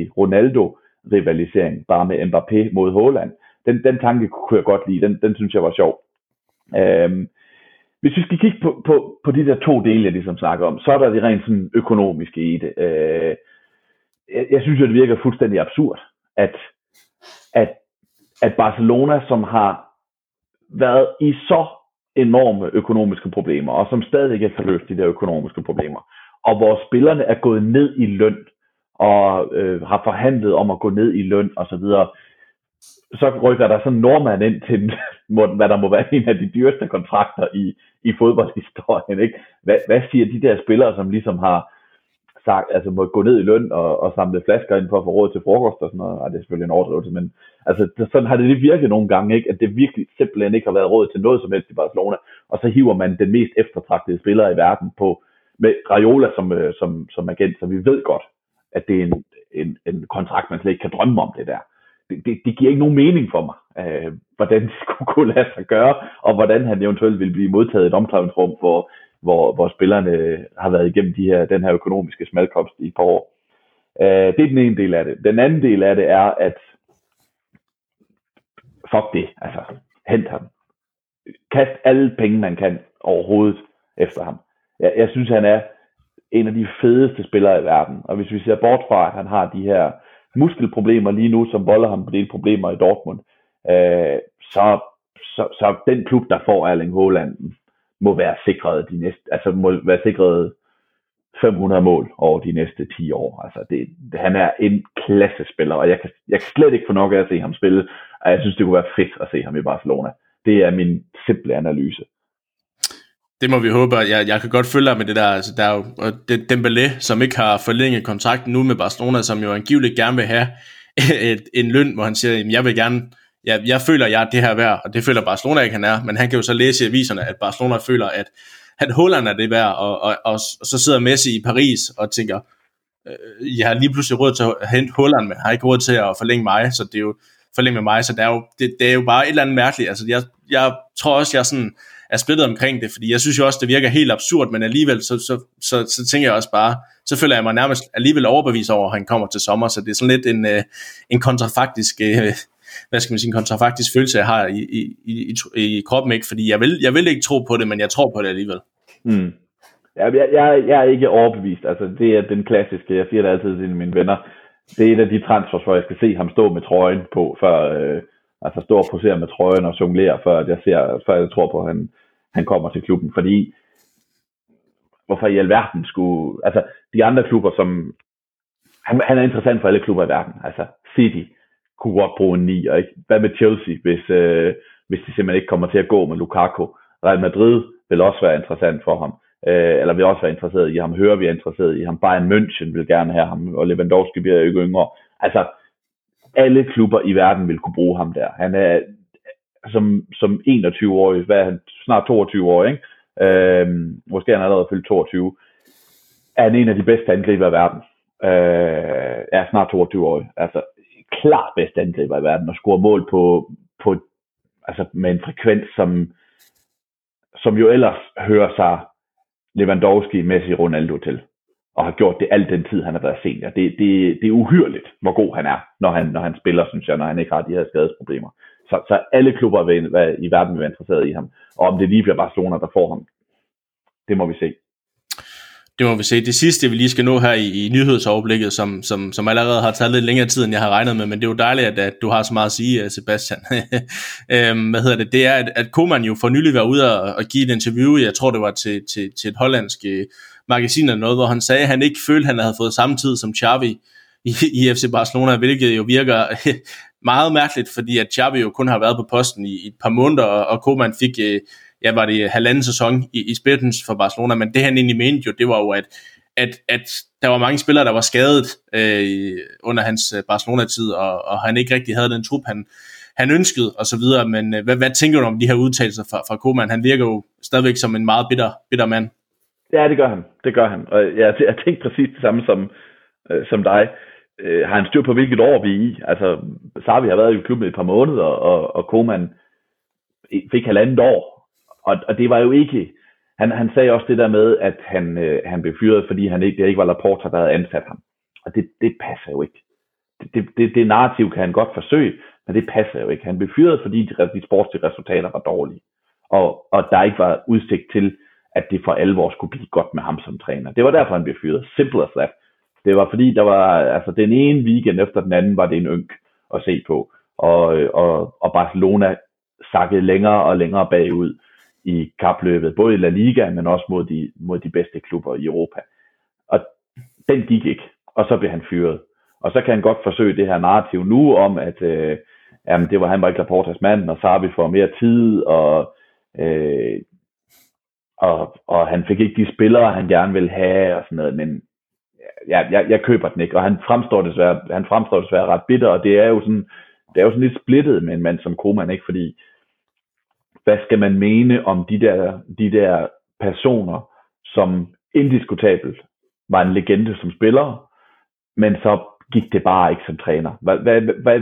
Messi-Ronaldo-rivalisering, bare med Mbappé mod Haaland. Den, den tanke kunne jeg godt lide, den, den synes jeg var sjov. Øhm, hvis vi skal kigge på, på, på de der to dele, jeg ligesom snakker om, så er der det rent sådan økonomiske i det. Øh, jeg, jeg synes jo, det virker fuldstændig absurd, at, at, at Barcelona, som har været i så enorme økonomiske problemer, og som stadig ikke har løst de der økonomiske problemer, og hvor spillerne er gået ned i løn, og øh, har forhandlet om at gå ned i løn, og så videre, så rykker der sådan en nordmand ind til, hvad der må være en af de dyreste kontrakter i, i fodboldhistorien, ikke? Hvad, hvad siger de der spillere, som ligesom har sagt, altså må gå ned i løn og, og samle flasker ind for at få råd til frokost og sådan noget? Ej, det er selvfølgelig en overdrivelse, men altså, det, sådan har det lige virket nogle gange, ikke? At det virkelig simpelthen ikke har været råd til noget som helst i Barcelona, og så hiver man den mest eftertragtede spiller i verden på, med Raiola som, som, som agent, så vi ved godt, at det er en, en, en kontrakt, man slet ikke kan drømme om det der. Det, det, det giver ikke nogen mening for mig, øh, hvordan det skulle kunne lade sig gøre, og hvordan han eventuelt vil blive modtaget i et omklædningsrum, hvor, hvor, hvor spillerne har været igennem de her, den her økonomiske smalkomst i et par år. Øh, det er den ene del af det. Den anden del af det er, at fuck det, altså hent ham. Kast alle penge, man kan overhovedet efter ham. Jeg, jeg synes, han er en af de fedeste spillere i verden, og hvis vi ser bort fra, at han har de her muskelproblemer lige nu, som volder ham på de problemer i Dortmund, øh, så, så, så den klub, der får Erling Haaland, må være sikret de næste, altså må være sikret fem hundrede mål over de næste ti år. Altså det, det, han er en klassespiller, og jeg kan, jeg kan slet ikke få nok af at se ham spille, og jeg synes, det kunne være fedt at se ham i Barcelona. Det er min simple analyse. Det må vi håbe. Jeg, jeg kan godt følge dig med det der. Altså, der er jo Dembélé, som ikke har forlænget kontrakten nu med Barcelona, som jo angiveligt gerne vil have et, en løn, hvor han siger, jeg vil gerne, jeg, jeg føler, jeg er det her værd, og det føler Barcelona ikke, han er. Men han kan jo så læse i aviserne, at Barcelona føler, at, at Haaland er det værd, og, og, og, og så sidder Messi i Paris og tænker, øh, jeg har lige pludselig råd til at hente Haaland, men har ikke råd til at forlænge mig, så det er jo forlænge med mig, så det er jo, det, det er jo bare et eller andet mærkeligt. Altså, jeg, jeg tror også, jeg sådan er splittet omkring det, fordi jeg synes jo også, det virker helt absurd, men alligevel, så, så, så, så tænker jeg også bare, så føler jeg mig nærmest alligevel overbevist over, at han kommer til sommer, så det er sådan lidt en, en kontrafaktisk, hvad skal man sige, en kontrafaktisk følelse, jeg har i, i, i, i kroppen, ikke? Fordi jeg vil, jeg vil ikke tro på det, men jeg tror på det alligevel. Mm. Jeg, jeg, jeg er ikke overbevist, altså det er den klassiske, jeg siger det altid til mine venner, det er et af de transfers, hvor jeg skal se ham stå med trøjen på, før, øh, altså stå og posere med trøjen og jonglere, før jeg, ser, før jeg tror på, at han, han kommer til klubben. Fordi, hvorfor i alverden skulle, altså de andre klubber, som, han, han er interessant for alle klubber i verden. Altså City kunne godt bruge en ni, og ikke, hvad med Chelsea, hvis, øh, hvis de simpelthen ikke kommer til at gå med Lukaku. Real Madrid vil også være interessant for ham. Øh, eller vil også være interesseret i ham, hører vi er interesseret i ham, Bayern München vil gerne have ham, og Lewandowski bliver ikke yngre. Altså, alle klubber i verden vil kunne bruge ham der. Han er som, som enogtyve-årig, hvad er han, snart toogtyve år, ikke? Øh, måske han allerede fyldt toogtyve, er han en af de bedste angriber i verden. Øh, er snart toogtyve-årig. Altså, klart bedste angriber i verden, og scorer mål på, på altså med en frekvens, som, som jo ellers hører sig Lewandowski, Messi, Ronaldo til, og har gjort det al den tid, han har været senior. Det, det, det er uhyrligt, hvor god han er, når han, når han spiller, synes jeg, når han ikke har de her skadesproblemer. Så, så alle klubber vil, i verden vil være interesseret i ham. Og om det lige bliver Barcelona, der får ham, det må vi se. Det må vi se. Det sidste, vi lige skal nå her i, i nyhedsoverblikket, som, som, som allerede har taget lidt længere tid, end jeg har regnet med, men det er jo dejligt, at, at du har så meget at sige, Sebastian. øhm, hvad hedder det? Det er, at, at Koeman jo for nylig var ude og, og give et interview, jeg tror det var til, til, til et hollandsk magasin eller noget, hvor han sagde, at han ikke følte, at han havde fået samme tid som Xavi i, i F C Barcelona, hvilket jo virker meget mærkeligt, fordi at Xavi jo kun har været på posten i, i et par måneder, og, og Koeman fik... ja, var det halvanden sæson i, i spidsen for Barcelona, men det han egentlig mente jo, det var jo, at, at, at der var mange spillere, der var skadet øh, under hans Barcelona-tid, og, og han ikke rigtig havde den trup, han, han ønskede, og så videre, men øh, hvad, hvad tænker du om de her udtalelser fra, fra Koeman? Han virker jo stadigvæk som en meget bitter, bitter mand. Ja, det gør han, det gør han, og jeg, jeg tænkte præcis det samme som, øh, som dig. Øh, har han styr på, hvilket år vi er i? Altså, Xavi har været i klubben i et par måneder, og, og Koeman fik halvandet år. Og, og det var jo ikke, han, han sagde også det der med, at han, øh, han blev fyret, fordi han ikke, det ikke var Laporta, der havde ansat ham. Og det, det passer jo ikke. Det, det, det, det narrativ kan han godt forsøge, men det passer jo ikke. Han blev fyret, fordi de, de sportslige resultater var dårlige. Og, og der ikke var udsigt til, at det for alvor skulle blive godt med ham som træner. Det var derfor, han blev fyret. Simple as that. Det var fordi, der var, altså den ene weekend efter den anden, var det en ynk at se på. Og, og, og Barcelona sakkede længere og længere bagud i kapløbet, både i La Liga, men også mod de, mod de bedste klubber i Europa. Og den gik ikke, og så blev han fyret. Og så kan han godt forsøge det her narrativ nu om, at øh, jamen, det var han var ikke Laportas mand, og Xavi får mere tid, og, øh, og, og han fik ikke de spillere, han gerne ville have, og sådan noget, men jeg, jeg, jeg køber den ikke, og han fremstår desværre, han fremstår desværre ret bitter, og det er jo sådan, det er jo sådan lidt splittet med en mand som Koeman, ikke, fordi hvad skal man mene om de der, de der personer, som indiskutabelt var en legende som spiller, men så gik det bare ikke som træner. Hvad, hvad, hvad,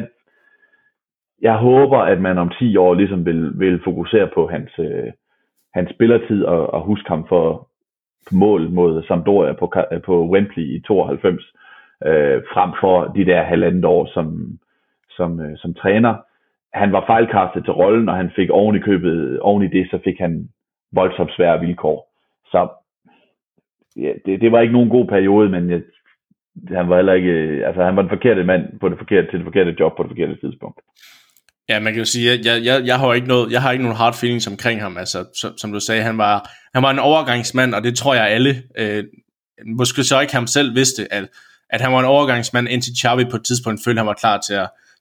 jeg håber, at man om ti år ligesom vil, vil fokusere på hans, øh, hans spillertid og, og huske ham for mål mod Sampdoria på, på Wembley i tooghalvfems, øh, frem for de der halvandet år som, som, øh, som træner. Han var fejlkastet til rollen, og han fik oven i købet, oven i det, så fik han voldsomt svære vilkår. Så ja, det, det var ikke nogen god periode, men jeg, han var heller ikke, altså han var den forkerte mand på det forkerte, til det forkerte job på det forkerte tidspunkt. Ja, man kan jo sige, at jeg, jeg, jeg har ikke noget, jeg har ikke nogen hard feelings omkring ham. Altså, som, som du sagde, han var, han var en overgangsmand, og det tror jeg alle, øh, måske så ikke ham selv vidste, at, at han var en overgangsmand, indtil Xavi på et tidspunkt følte, han var klar til at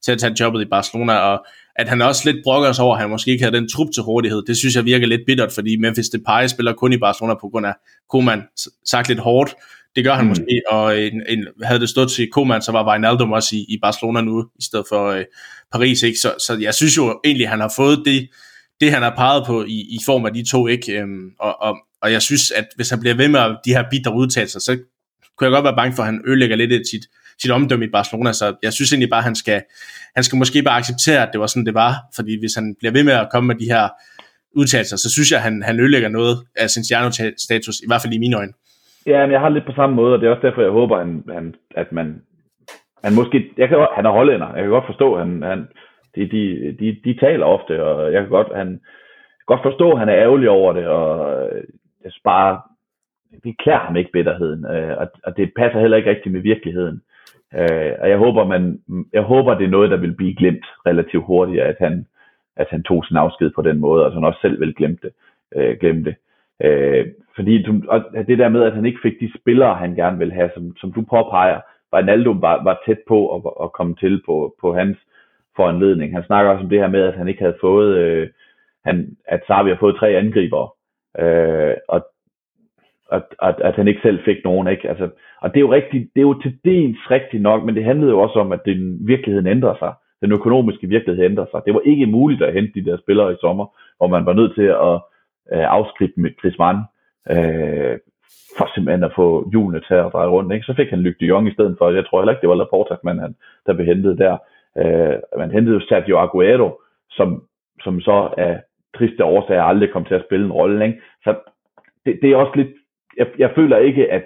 til at tage jobbet i Barcelona, og at han også lidt brokker sig over, at han måske ikke havde den trup til hurtighed. Det synes jeg virker lidt bittert, fordi Memphis Depay spiller kun i Barcelona på grund af Koeman, sagt lidt hårdt. Det gør han mm. måske, og en, en, havde det stået til Koeman, så var Wijnaldum også i, i Barcelona nu, i stedet for øh, Paris, ikke? Så, så jeg synes jo egentlig, han har fået det, det han har peget på i, i form af de to, ikke? Øhm, og, og, og jeg synes, at hvis han bliver ved med de her bitre udtalelser, så kunne jeg godt være bange for, at han ødelægger lidt et sit, sit omdømme i Barcelona, så jeg synes egentlig bare, at han skal, han skal måske bare acceptere, at det var sådan, det var, fordi hvis han bliver ved med at komme med de her udtalelser, så synes jeg, at han, han ødelægger noget af sin stjernestatus, i hvert fald i mine øjne. Ja, men jeg har lidt på samme måde, og det er også derfor, jeg håber, han, han, at man, han måske, jeg kan, han er hollænder, jeg kan godt forstå, han, han de, de, de, de taler ofte, og jeg kan godt, han, jeg kan godt forstå, at han er ærgerlig over det, og jeg bare, det klæder ham ikke bitterheden, og, og det passer heller ikke rigtigt med virkeligheden. Og jeg håber, man, jeg håber, det er noget, der vil blive glemt relativt hurtigt, at han, at han tog sin afsked på den måde, og at han også selv vil glemme det. Øh, glemme det. Øh, fordi og det der med, at han ikke fik de spillere, han gerne vil have, som, som du påpeger, Wijnaldum var, var tæt på at, at komme til på, på hans foranledning. Han snakker også om det her med, at han ikke havde fået, øh, han, at Xavi har fået tre angribere, øh, og at, at, at han ikke selv fik nogen, ikke? Altså, og det er jo rigtigt, det er jo til dels rigtigt nok, men det handlede jo også om, at den virkeligheden ændrer sig. Den økonomiske virkelighed ændrer sig. Det var ikke muligt at hente de der spillere i sommer, hvor man var nødt til at øh, afskrive med Griezmann, øh, for simpelthen at få hjulene til at dreje rundt, ikke? Så fik han Luc de Jong i stedet for. Jeg tror heller ikke, det var Laporta, man, han, der blev hentet der. Øh, man hentede jo Sergio Aguero, som, som så af triste årsager aldrig kom til at spille en rolle, ikke? Så det, det er også lidt, jeg, jeg føler ikke, at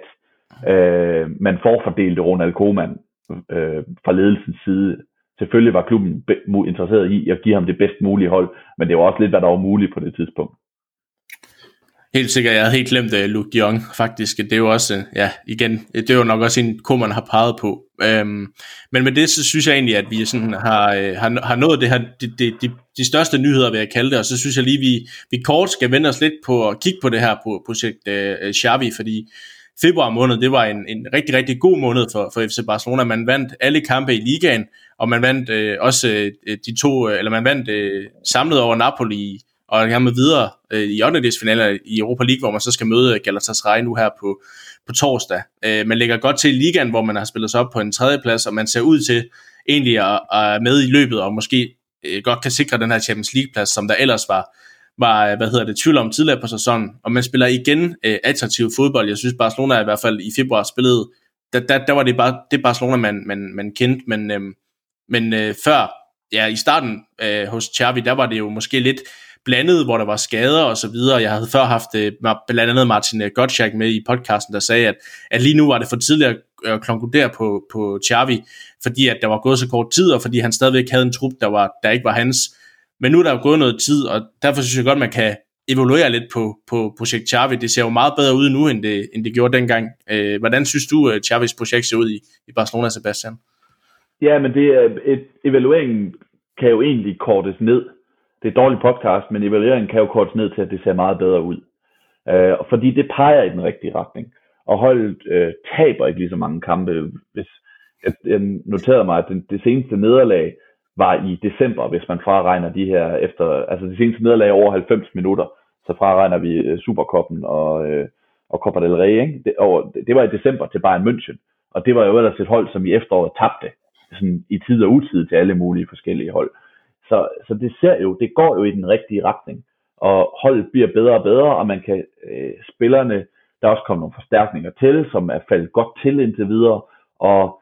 øh, man forfordelte Ronald Koeman øh, fra ledelsens side. Selvfølgelig var klubben be- interesseret i at give ham det bedst mulige hold, men det var også lidt, hvad der var muligt på det tidspunkt. Helt sikkert, jeg havde helt glemt uh, Luc de Jong, faktisk. Det er jo også, uh, ja, igen, det er jo nok også en Koeman har peget på. Um, men med det, så synes jeg egentlig, at vi sådan har, uh, har, har nået det her, de, de, de, de største nyheder, vil jeg kalde det, og så synes jeg lige, vi, vi kort skal vende os lidt på at kigge på det her på projekt uh, Xavi, fordi februar måned, det var en, en rigtig, rigtig god måned for, for F C Barcelona. Man vandt alle kampe i ligaen, og man vandt øh, også øh, de to, eller man vandt øh, samlet over Napoli, og er med videre øh, i ottendedelsfinaler i Europa League, hvor man så skal møde Galatasaray nu her på, på torsdag. Øh, man lægger godt til i ligaen, hvor man har spillet sig op på en tredje plads, og man ser ud til egentlig at, at er med i løbet, og måske øh, godt kan sikre den her Champions League-plads, som der ellers var, var hvad hedder det, tvivl om tidligere på sæsonen. Og man spiller igen øh, attraktiv fodbold. Jeg synes, Barcelona i hvert fald i februar spillede, der, der, der var det bare det Barcelona, man, man, man kendte, men, øh, men øh, før, ja, i starten øh, hos Xavi, der var det jo måske lidt blandet, hvor der var skader og så videre. Jeg havde før haft øh, blandt andet Martin Gottschalk med i podcasten, der sagde, at, at lige nu var det for tidligt at øh, konkludere på, på Xavi, fordi at der var gået så kort tid, og fordi han stadigvæk havde en trup, der, var, der ikke var hans. Men nu er der jo gået noget tid, og derfor synes jeg godt, man kan evaluere lidt på, på projekt Xavi. Det ser jo meget bedre ud nu, end det, end det gjorde dengang. Øh, hvordan synes du, at Xavis projekt ser ud i, i Barcelona, Sebastian? Ja, men det er et, evalueringen kan jo egentlig kortes ned. Det er et dårligt podcast, men evalueringen kan jo kortes ned til, at det ser meget bedre ud. Øh, fordi det peger i den rigtige retning. Og holdet øh, taber ikke lige så mange kampe. Hvis, jeg, jeg noterede mig, at det, det seneste nederlag var i december, hvis man fraregner de her efter, altså det seneste nederlag over halvfems minutter, så fraregner vi uh, Supercuppen og, uh, og Copa del Rey, ikke? Det, og, det var i december til Bayern München, og det var jo ellers et hold, som i efteråret tabte, sådan i tid og utid til alle mulige forskellige hold. Så, så det ser jo, det går jo i den rigtige retning, og holdet bliver bedre og bedre, og man kan, øh, spillerne, der er også kommet nogle forstærkninger til, som er faldet godt til indtil videre, og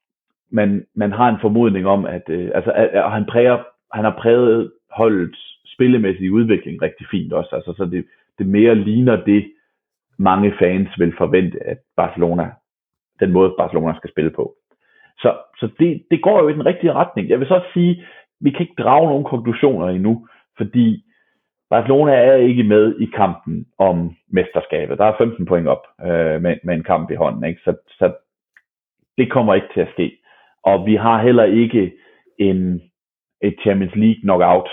man, man har en formodning om, at, øh, altså, at, at han, præger, han har præget holdets spillemæssige udvikling rigtig fint også, altså, så det, det mere ligner det, mange fans vil forvente, at Barcelona, den måde Barcelona skal spille på. Så, så det, det går jo i den rigtige retning. Jeg vil så sige, vi kan ikke drage nogen konklusioner endnu, fordi Barcelona er ikke med i kampen om mesterskabet. Der er femten point op øh, med, med en kamp i hånden, ikke? Så, så det kommer ikke til at ske. Og vi har heller ikke en, et Champions League knockout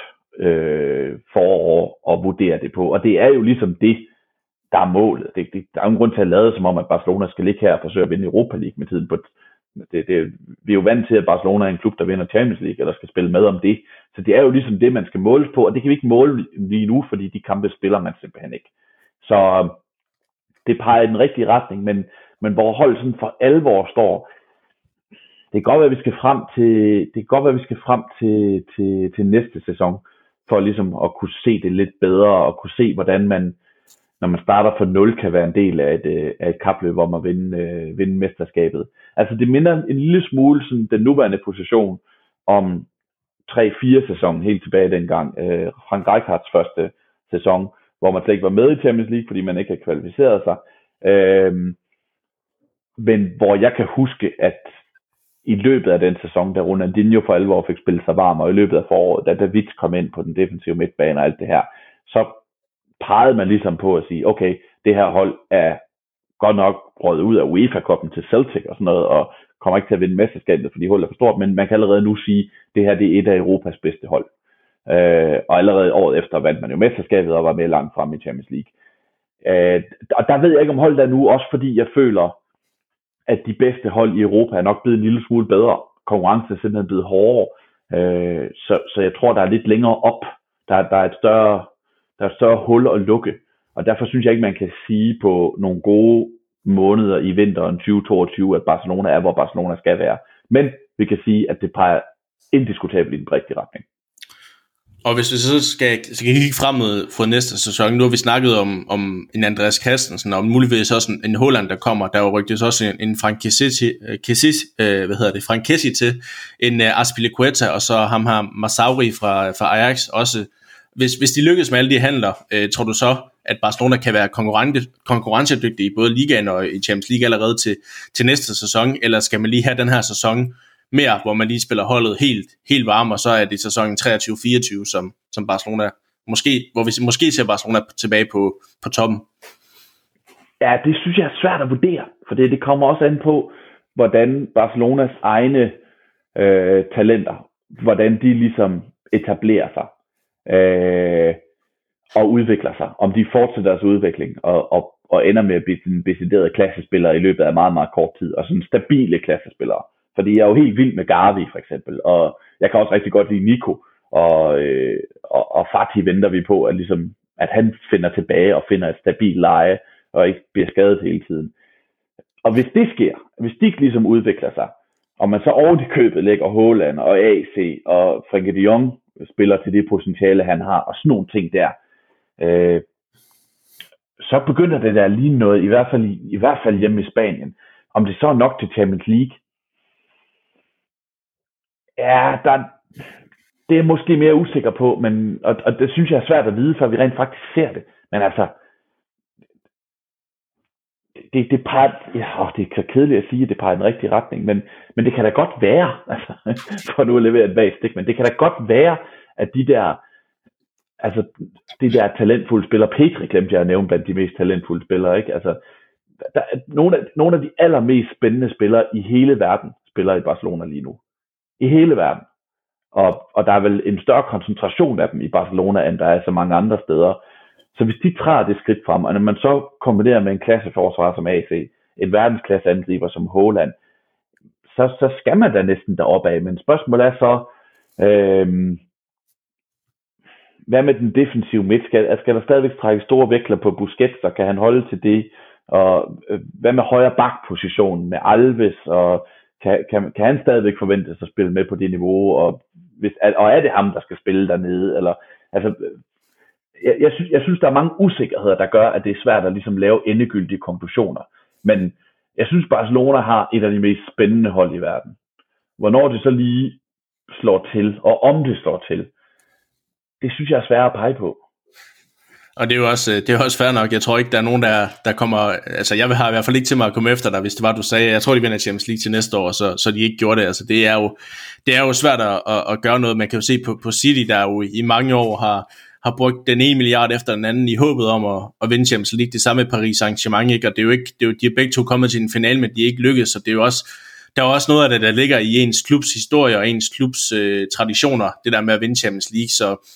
øh, forår at vurdere det på. Og det er jo ligesom det, der er målet. Det, det, der er jo en grund til at lade som om, at Barcelona skal ligge her og forsøge at vinde Europa League med tiden på, det, det, vi er jo vant til, at Barcelona er en klub, der vinder Champions League, eller skal spille med om det. Så det er jo ligesom det, man skal måles på, og det kan vi ikke måle lige nu, fordi de kampe spiller man simpelthen ikke. Så det peger i den rigtige retning, men, men hvor hold sådan for alvor står, det kan godt være, at vi skal frem til, det kan godt være, at vi skal frem til, til, til næste sæson, for ligesom at kunne se det lidt bedre, og kunne se, hvordan man, når man starter fra nul, kan være en del af et, af et kapløb om at vinde, øh, vinde mesterskabet. Altså det minder en lille smule sådan, den nuværende position om tre fire sæsonen, helt tilbage dengang, øh, Frank Rijkaards første sæson, hvor man slet ikke var med i Champions League, fordi man ikke havde kvalificeret sig. Øh, men hvor jeg kan huske, at i løbet af den sæson, da Ronaldinho for alvor fik spillet sig varm, og i løbet af foråret, da David kom ind på den defensive midtbane og alt det her, så pegede man ligesom på at sige, okay, det her hold er godt nok røget ud af UEFA-koppen til Celtic og sådan noget, og kommer ikke til at vinde mesterskabet, fordi holdet er for stort, men man kan allerede nu sige, at det her det er et af Europas bedste hold. Øh, og allerede året efter vandt man jo mesterskabet og var med langt frem i Champions League. Øh, og der ved jeg ikke om holdet er nu, også fordi jeg føler, at de bedste hold i Europa er nok blevet en lille smule bedre. Konkurrencen er simpelthen blevet hårdere. Øh, så, så jeg tror, der er lidt længere op. Der, der, er et større, der er et større hul at lukke. Og derfor synes jeg ikke, man kan sige på nogle gode måneder i vinteren tyve toogtyve, at Barcelona er, hvor Barcelona skal være. Men vi kan sige, at det peger indiskutabelt i den rigtige retning. Og hvis vi så skal, skal kigge frem mod for næste sæson, nu har vi snakket om, om en Andreas Christensen, og muligvis også en, en Haaland, der kommer. Der er jo rygtes også en, en Frank Kessie, øh, hvad hedder det, Frank Kessie til, en uh, Azpilicueta, og så ham her Massauri fra, fra Ajax også. Hvis, hvis de lykkes med alle de handler, øh, tror du så, at Barcelona kan være konkurrencedygtig i både ligaen og i Champions League allerede til, til næste sæson, eller skal man lige have den her sæson mere, hvor man lige spiller holdet helt, helt varme, og så er det sæsonen treogtyve fireogtyve, som, som Barcelona, måske, hvor vi måske ser Barcelona tilbage på, på toppen? Ja, det synes jeg er svært at vurdere, for det, det kommer også an på, hvordan Barcelonas egne øh, talenter, hvordan de ligesom etablerer sig øh, og udvikler sig, om de fortsætter deres udvikling og, og, og ender med at blive en decideret klassespiller i løbet af meget, meget kort tid, og sådan stabile klassespillere. Fordi jeg er jo helt vild med Gavi for eksempel, og jeg kan også rigtig godt lide Nico, og, øh, og, og Fatih venter vi på, at, ligesom, at han finder tilbage og finder et stabilt leje, og ikke bliver skadet hele tiden. Og hvis det sker, hvis de ligesom udvikler sig, og man så oven i købet lægger Haaland og A C og Frenkie de Jong spiller til det potentiale, han har, og sådan nogle ting der, øh, så begynder det der lige noget, i hvert fald, i, i hvert fald hjemme i Spanien. Om det så er nok til Champions League, ja, der, det er måske mere usikker på, men, og, og det synes jeg er svært at vide, før vi rent faktisk ser det. Men altså, det, det, peger, ja, åh, det er så kedeligt at sige, at det peger i den rigtige retning, men, men det kan da godt være, altså, for nu at levere et vagt stik, men det kan da godt være, at de der, altså, de der talentfulde spillere, Pedri glemte jeg at nævne blandt de mest talentfulde spillere, ikke? Altså, der er nogle af, nogle af de allermest spændende spillere i hele verden, spiller i Barcelona lige nu. I hele verden. Og, og der er vel en større koncentration af dem i Barcelona, end der er så mange andre steder. Så hvis de træder det skridt frem, og når man så kombinerer med en klasseforsvar som A C, en verdensklasseangriber som Haaland, så, så skal man da næsten deroppe af. Men spørgsmålet er så, øhm, hvad med den defensive midt? Skal, skal der stadigvæk trække store vækler på Busquets, og kan han holde til det? Og øh, hvad med højre bakpositionen med Alves, og kan, kan, kan han stadigvæk forventes at spille med på det niveau? Og, hvis, og er det ham, der skal spille dernede? Eller, altså, jeg, jeg, synes, jeg synes, der er mange usikkerheder, der gør, at det er svært at ligesom lave endegyldige konklusioner. Men jeg synes, Barcelona har et af de mest spændende hold i verden. Hvornår det så lige slår til, og om det slår til, det synes jeg er svært at pege på. Og det er jo også, det er også fair nok. Jeg tror ikke, der er nogen, der, der kommer... Altså, jeg har i hvert fald ikke til mig at komme efter dig, hvis det var, du sagde, jeg tror, de vinder Champions League til næste år, så, så de ikke gjorde det. Altså, det er jo, det er jo svært at, at, at gøre noget. Man kan jo se på, på City, der jo i mange år har, har brugt den ene milliard efter den anden i håbet om at, at vinde Champions League. Det samme med Paris Saint-Germain, ikke? Og det er jo ikke... Det er jo, de er begge to kommet til en finale, men de er ikke lykkedes, så det er jo også... Der er også noget af det, der ligger i ens klubs historie og ens klubs øh, traditioner, det der med at vinde Champions League, så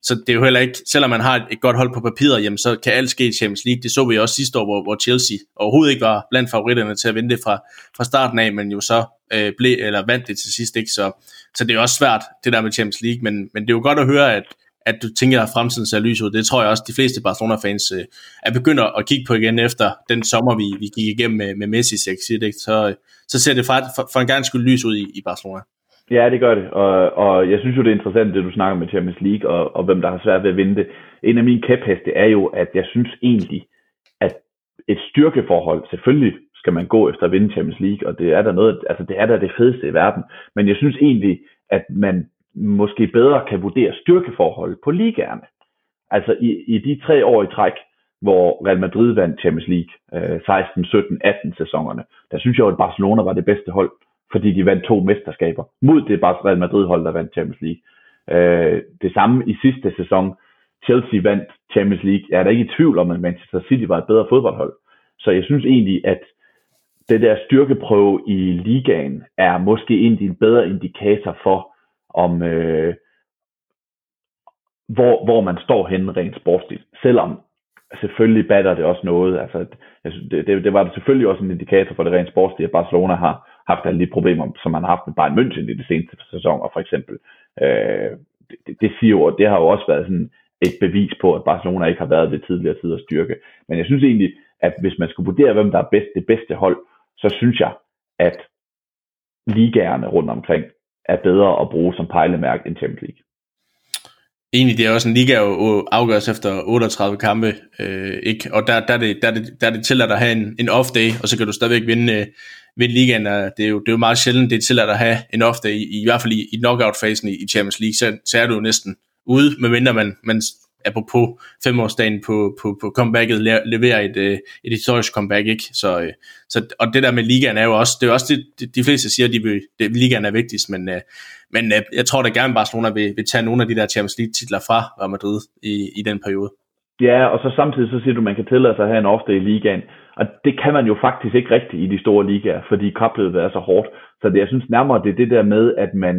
så det er jo heller ikke, selvom man har et, et godt hold på papiret, jamen, så kan alt ske i Champions League. Det så vi også sidste år, hvor, hvor Chelsea overhovedet ikke var blandt favoritterne til at vinde det fra, fra starten af, men jo så øh, blev, eller vandt det til sidst, ikke? Så, så det er også svært, det der med Champions League, men, men det er jo godt at høre, at, at du tænker, at fremtiden ser lys ud. Det tror jeg også, de fleste Barcelona-fans øh, er begyndt at kigge på igen efter den sommer, vi, vi gik igennem med, med Messi's exit, ikke? Så, så ser det for, for, for en gang skyld lys ud i, i Barcelona. Ja, det gør det, og, og jeg synes jo, det er interessant, det du snakker med Champions League, og, og hvem der har svært ved at vinde det. En af mine kæpheste er jo, at jeg synes egentlig, at et styrkeforhold, selvfølgelig skal man gå efter at vinde Champions League, og det er der noget, altså det er der det fedeste i verden, men jeg synes egentlig, at man måske bedre kan vurdere styrkeforhold på ligaerne. Altså i, i de tre år i træk, hvor Real Madrid vandt Champions League, øh, seksten, sytten, atten sæsonerne, der synes jeg jo, at Barcelona var det bedste hold, fordi de vandt to mesterskaber mod det Real Madrid-hold, der vandt Champions League. Øh, det samme i sidste sæson. Chelsea vandt Champions League. Jeg er da ikke i tvivl om, at Manchester City var et bedre fodboldhold. Så jeg synes egentlig, at det der styrkeprøve i ligaen er måske egentlig en bedre indikator for, om øh, hvor, hvor man står henne rent sportsligt. Selvom selvfølgelig batter det også noget. Altså, det, det, det var det selvfølgelig også en indikator for det rent sportslige, at Barcelona har haft alle de problemer, som man har haft med Bayern München i de seneste sæsoner, for eksempel. Øh, det, det, siger jo, det har jo også været sådan et bevis på, at Barcelona ikke har været ved tidligere tiders styrke. Men jeg synes egentlig, at hvis man skulle vurdere, hvem der er bedst, det bedste hold, så synes jeg, at ligaerne rundt omkring er bedre at bruge som pejlemærke end Champions League. Egentlig, det er også en liga jo afgøres efter otteogtredive kampe, øh, ikke? Og der, der, er det, der, er det, der er det tilladt at have en, en off-day, og så kan du stadigvæk vinde, øh, vinde ligaen. Det er, jo, det er jo meget sjældent, det er tilladt at have en off-day, i, i hvert fald i, i knockout-fasen i, i Champions League, så, så er du jo næsten ude, medmindre man, man er på, på femårsdagen på, på, på comebacket, leverer et, øh, et historisk comeback, ikke? Så, øh, så, og det der med ligaen er jo også, det er jo også det, de, de fleste siger, at de vil, det, ligaen er vigtigst, men øh, Men øh, jeg tror da gerne, Barcelona vil, vil tage nogle af de der Champions League-titler fra Real Madrid i, i den periode. Ja, og så samtidig så siger du, at man kan tillade sig at have en off-day i ligaen. Og det kan man jo faktisk ikke rigtigt i de store ligaer, fordi kapløbet er så hårdt. Så det, jeg synes nærmere, det er det der med, at man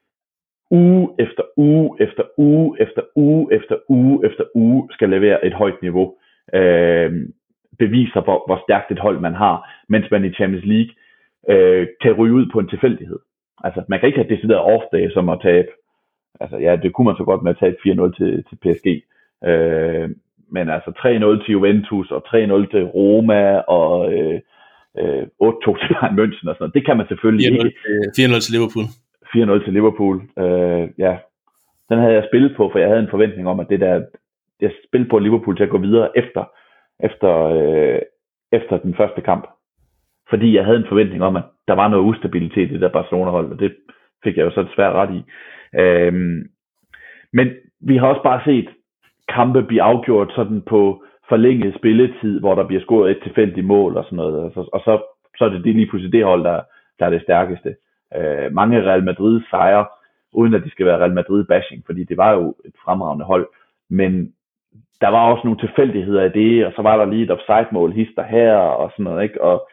uge efter uge efter uge efter uge efter uge efter uge skal levere et højt niveau. Øh, beviser, hvor, hvor stærkt et hold man har, mens man i Champions League øh, kan ryge ud på en tilfældighed. Altså, man kan ikke have decideret off-day som at tabe. Altså, ja, det kunne man så godt med at tage fire nul til, til P S G. Øh, men altså, tre nul til Juventus, og tre nul til Roma, og øh, øh, otte to til Bayern München, og sådan noget. Det kan man selvfølgelig ikke. fire nul til Liverpool. fire nul til Liverpool, øh, ja. Den havde jeg spillet på, for jeg havde en forventning om, at det der, jeg spillede på Liverpool til at gå videre efter, efter, øh, efter den første kamp. Fordi jeg havde en forventning om, at der var noget ustabilitet i det der Barcelona-hold, og det fik jeg jo så svært ret i. Øhm, men vi har også bare set kampe blive afgjort sådan på forlænget spilletid, hvor der bliver scoret et tilfældigt mål og sådan noget, og så, og så, så er det, det lige pludselig det hold, der, der er det stærkeste. Øh, mange Real Madrid sejre, uden at de skal være Real Madrid-bashing, fordi det var jo et fremragende hold, men der var også nogle tilfældigheder i det, og så var der lige et offside-mål hister her, og sådan noget, ikke? Og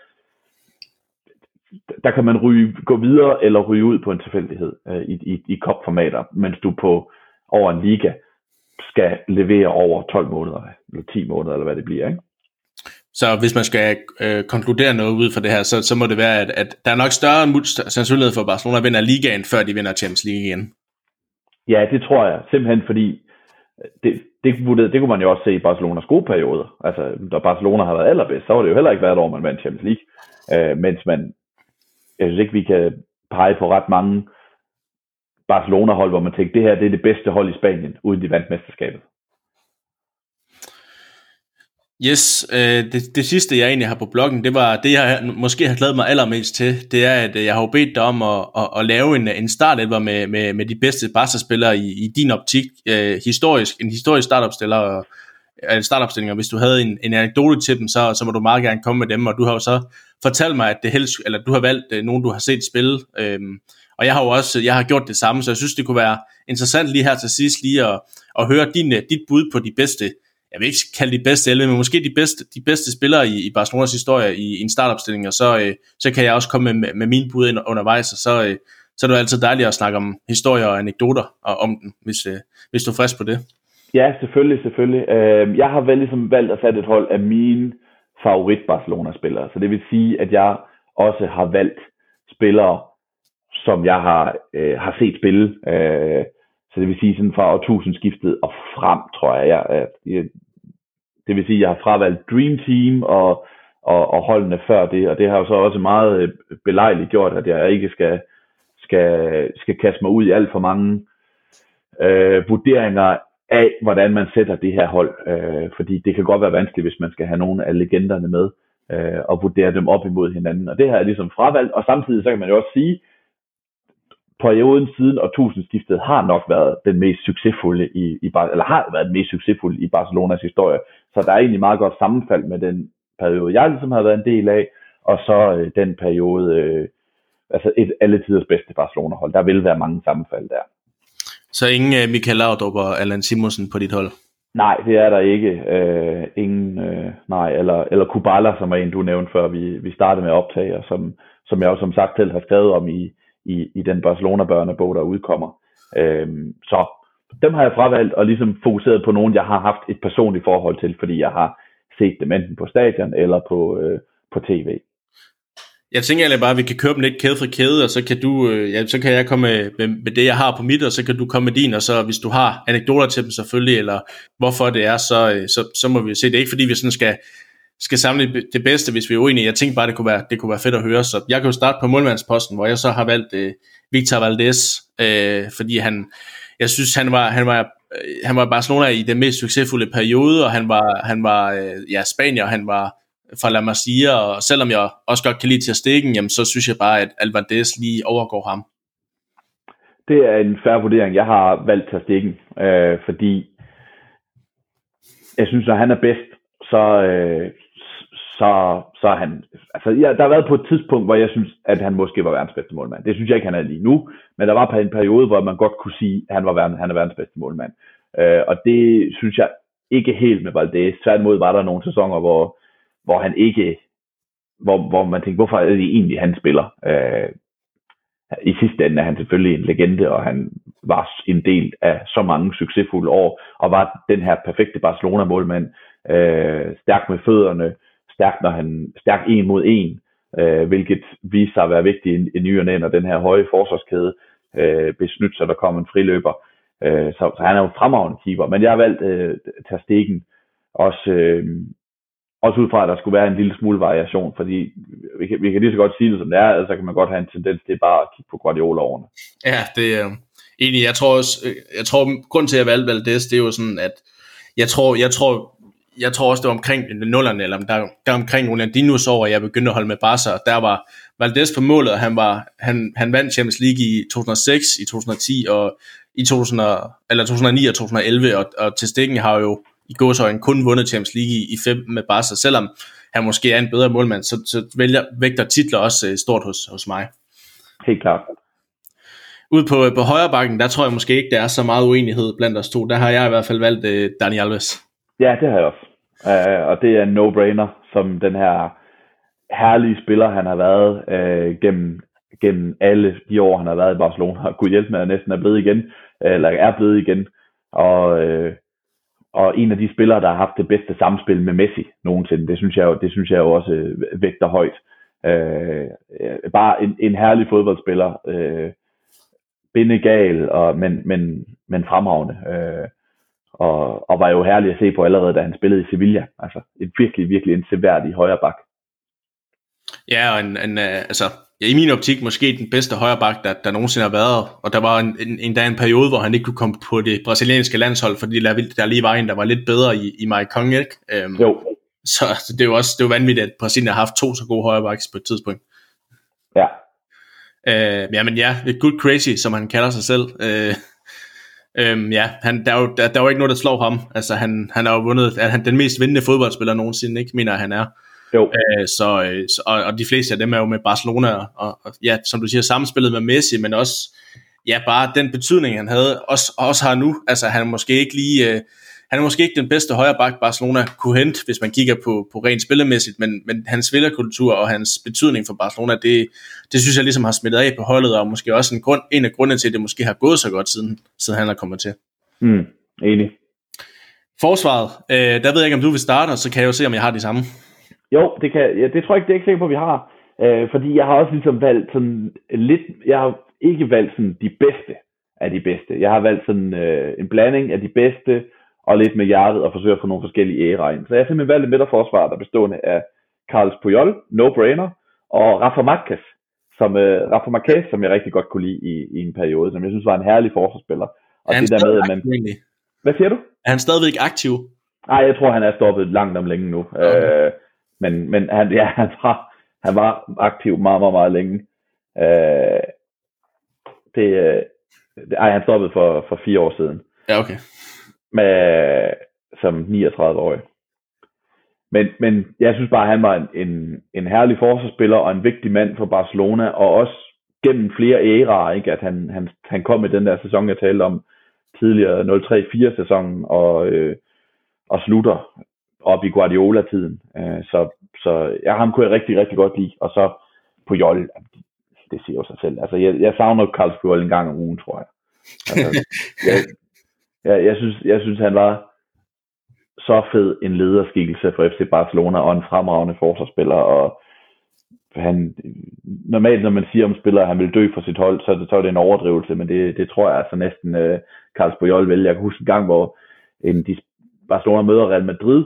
der kan man ryge, gå videre eller ryge ud på en tilfældighed øh, i, i, i cup-formater, mens du på over en liga skal levere over tolv måneder, eller ti måneder, eller hvad det bliver, ikke? Så hvis man skal øh, konkludere noget ud fra det her, så, så må det være, at, at der er nok større sandsynlighed for, at Barcelona vinder ligaen, før de vinder Champions League igen. Ja, det tror jeg, simpelthen fordi, det, det, det, det kunne man jo også se i Barcelonas gode perioder. Altså, da Barcelona har været allerbedst, så var det jo heller ikke hvert år, man vandt Champions League, øh, mens man jeg synes ikke, vi kan pege på ret mange Barcelona-hold, hvor man tænker, det her det er det bedste hold i Spanien, uden de vandt mesterskabet. Yes, øh, det, det sidste, jeg egentlig har på bloggen, det var det, jeg måske har glædet mig allermest til. Det er, at jeg har jo bedt dig om at, at, at lave en, en startelver med, med, med de bedste Barca-spillere i, i din optik. Øh, historisk, en historisk startopstiller og startopstillinger. Hvis du havde en, en anekdote til dem, så, så må du meget gerne komme med dem, og du har jo så fortalt mig, at det helst, eller du har valgt øh, nogen, du har set spille, øhm, og jeg har jo også, jeg har gjort det samme, så jeg synes, det kunne være interessant lige her til sidst, lige at, at høre din, dit bud på de bedste, jeg vil ikke kalde de bedste elleve, men måske de bedste, de bedste spillere i, i Barcelonas historie i, i en startopstilling, og så, øh, så kan jeg også komme med, med mine bud ind undervejs, og så, øh, så er det jo altid dejligt at snakke om historier og anekdoter og om den, hvis, øh, hvis du er frisk på det. Ja, selvfølgelig, selvfølgelig. Øh, jeg har vel ligesom valgt at sætte et hold af mine favorit Barcelona-spillere. Så det vil sige, at jeg også har valgt spillere, som jeg har, øh, har set spille. Øh, så det vil sige sådan fra årtusindskiftet og frem, tror jeg. jeg, jeg det vil sige, at jeg har fravalgt Dream Team og, og, og holdene før det. Og det har jo så også meget belejligt gjort, at jeg ikke skal, skal, skal kaste mig ud i alt for mange øh, vurderinger af, hvordan man sætter det her hold. Øh, fordi det kan godt være vanskeligt, hvis man skal have nogle af legenderne med, øh, og vurdere dem op imod hinanden. Og det har jeg ligesom fravalgt, og samtidig så kan man jo også sige, perioden siden årtusindskiftet har nok været den mest succesfulde i, i eller har været den mest succesfulde i Barcelonas historie. Så der er egentlig meget godt sammenfald med den periode, jeg ligesom har været en del af, og så øh, den periode, øh, altså et alle tiders bedste Barcelona-hold. Der vil være mange sammenfald der. Så ingen uh, Michael Laudrup og Allan Simonsen på dit hold? Nej, det er der ikke. Øh, ingen, øh, nej, eller, eller Kubala, som er en, du nævnte før vi, vi startede med at optage, og som, som jeg også som sagt selv har skrevet om i, i, i den Barcelona-børnebog, der udkommer. Øh, så dem har jeg fravalgt og ligesom fokuseret på nogen, jeg har haft et personligt forhold til, fordi jeg har set dem enten på stadion eller på, øh, på tv. Jeg tænker egentlig bare, at vi kan købe dem lidt kæde for kæde, og så kan du, øh, ja, så kan jeg komme med, med, med det, jeg har på mit, og så kan du komme med din, og så hvis du har anekdoter til dem selvfølgelig, eller hvorfor det er, så, så, så må vi se. Det er ikke fordi, vi sådan skal, skal samle det bedste, hvis vi er uenige. Jeg tænker bare, det kunne være, det kunne være fedt at høre. Så jeg kan jo starte på målmandsposten, hvor jeg så har valgt øh, Victor Valdés, øh, fordi han, jeg synes, han var, han var, han var Barcelona i den mest succesfulde periode, og han var, han var øh, ja, Spanier, han var fra La Masia, og selvom jeg også godt kan lide Ter Stegen, jamen så synes jeg bare, at Valdés lige overgår ham. Det er en fair vurdering. Jeg har valgt Ter Stegen, øh, fordi jeg synes, når han er bedst, så, øh, så, så er han... Altså, ja, der har været på et tidspunkt, hvor jeg synes, at han måske var verdens bedste målmand. Det synes jeg ikke, han er lige nu, men der var på en periode, hvor man godt kunne sige, at han, var verdens, han er verdens bedste målmand. Øh, og det synes jeg ikke helt med Valdés. Tværtimod var der nogle sæsoner, hvor hvor han ikke, hvor, hvor man tænker, hvorfor er det egentlig, han spiller? Øh, I sidste ende er han selvfølgelig en legende, og han var en del af så mange succesfulde år, og var den her perfekte Barcelona-målmand, øh, stærk med fødderne, stærk, når han, stærk en mod en, øh, hvilket viser sig at være vigtigt i, i ny og næ, når den her høje forsvarskæde øh, besnytter sig, der kommer en friløber. Øh, så, så han er jo fremragende keeper, men jeg har valgt øh, Ter Stegen også... Øh, Også ud fra, at der skulle være en lille smule variation, fordi vi kan, vi kan lige så godt sige det, som det er, altså så kan man godt have en tendens til bare at kigge på Guardiola-årene. Ja, det er øh, egentlig, jeg tror også, jeg tror, grund til at jeg valgte Valdés, det er jo sådan, at jeg tror, jeg tror, jeg tror også, det var omkring nullerne, eller der, der omkring Ronaldinhos år, jeg begyndte at holde med Barca, og der var Valdés på målet, og han, var, han, han vandt Champions League i to tusind og seks, i to tusind og ti, og i to tusind, eller to tusind og ni og to tusind og elleve, og, og Ter Stegen har jo i gåseøjne kun vundet Champions League i, i fem med Barca, selvom han måske er en bedre målmand, så, så vælger, vægter titler også uh, stort hos, hos mig. Helt klart. Ude på, på højre bakken, der tror jeg måske ikke, der er så meget uenighed blandt os to. Der har jeg i hvert fald valgt uh, Dani Alves. Ja, det har jeg også. Uh, og det er en no-brainer, som den her herlige spiller, han har været uh, gennem, gennem alle de år, han har været i Barcelona, og kunne hjælpe med at næsten er blevet igen, eller er blevet igen. Og uh, Og en af de spillere, der har haft det bedste samspil med Messi nogensinde, det synes jeg jo, det synes jeg jo også øh, vægter højt. Øh, bare en, en herlig fodboldspiller, øh, bindegal, og, men, men, men fremragende. Øh, og, og var jo herlig at se på allerede, da han spillede i Sevilla. Altså et virkelig, virkelig en seværdig højre bak. Ja, og en, en, altså, ja, i min optik måske den bedste højreback, der, der nogensinde har været. Og der var en, en, en, der en periode, hvor han ikke kunne komme på det brasilianske landshold, fordi der, der lige var en, der var lidt bedre i, i Mike Kong, ikke? Øhm, jo. Så, så det er jo også det er jo vanvittigt, at Brasilien har haft to så gode højrebacks på et tidspunkt. Ja. Øh, ja, men ja, et good crazy, som han kalder sig selv. Øh, øh, ja, han, der, er jo, der, der er jo ikke noget, der slår ham. Altså, han, han har jo vundet, er han den mest vindende fodboldspiller nogensinde, ikke? Mener han er. Jo. Øh, så, og, og de fleste af dem er jo med Barcelona, og, og ja, som du siger, samspillet med Messi, men også, ja, bare den betydning, han havde, også, også har nu. Altså, han er måske ikke lige, øh, han er måske ikke den bedste højreback, Barcelona kunne hente, hvis man kigger på, på rent spillemæssigt, men, men hans spillerkultur og hans betydning for Barcelona, det, det synes jeg ligesom har smittet af på holdet, og måske også en, grund, en af grundene til, at det måske har gået så godt, siden, siden han er kommet til. Mm, enig. Forsvaret, øh, der ved jeg ikke, om du vil starte, og så kan jeg jo se, om jeg har de samme. Jo, det, kan, ja, det tror jeg ikke, det er ikke sikker på, at vi har. Øh, fordi jeg har også ligesom valgt sådan lidt, jeg har ikke valgt sådan de bedste af de bedste. Jeg har valgt sådan øh, en blanding af de bedste, og lidt med hjertet, og forsøger at få nogle forskellige æraer ind. Så jeg har simpelthen valgt et midterforsvar, der bestående af Carles Puyol, no-brainer, og Rafa Márquez, som, øh, Rafa Márquez, som jeg rigtig godt kunne lide i, i en periode, som jeg synes var en herlig forsvarsspiller. Og er han det der med, at man... aktiv, Hvad siger du? Er han stadigvæk aktiv? Nej, jeg tror, han er stoppet langt om længe nu. Okay. Øh, men men han, ja, han, var, han var aktiv meget, meget, meget længe. Øh, det, det, ej, han stoppede for, for fire år siden. Ja, okay. Med, som niogtredive-årig. Men, men jeg synes bare, at han var en, en, en herlig forsvarsspiller og en vigtig mand for Barcelona, og også gennem flere æraer, ikke? At han, han, han kom i den der sæson, jeg talte om tidligere, nul tre fire sæsonen, og, øh, og slutter op i Guardiola-tiden. Øh, så, så ja, ham kunne jeg rigtig, rigtig godt lide. Og så Puyol, det siger jo sig selv. Altså, jeg, jeg savner Carles Puyol en gang om ugen, tror jeg. Altså, jeg, jeg, jeg, synes, jeg synes, han var så fed en lederskikkelse for F C Barcelona, og en fremragende forsvarsspiller, og han, normalt når man siger om spiller, at han vil dø for sit hold, så, så er det en overdrivelse, men det, det tror jeg altså næsten uh, Carles Puyol vel. Jeg kan huske en gang, hvor en, de Barcelona møder Real Madrid,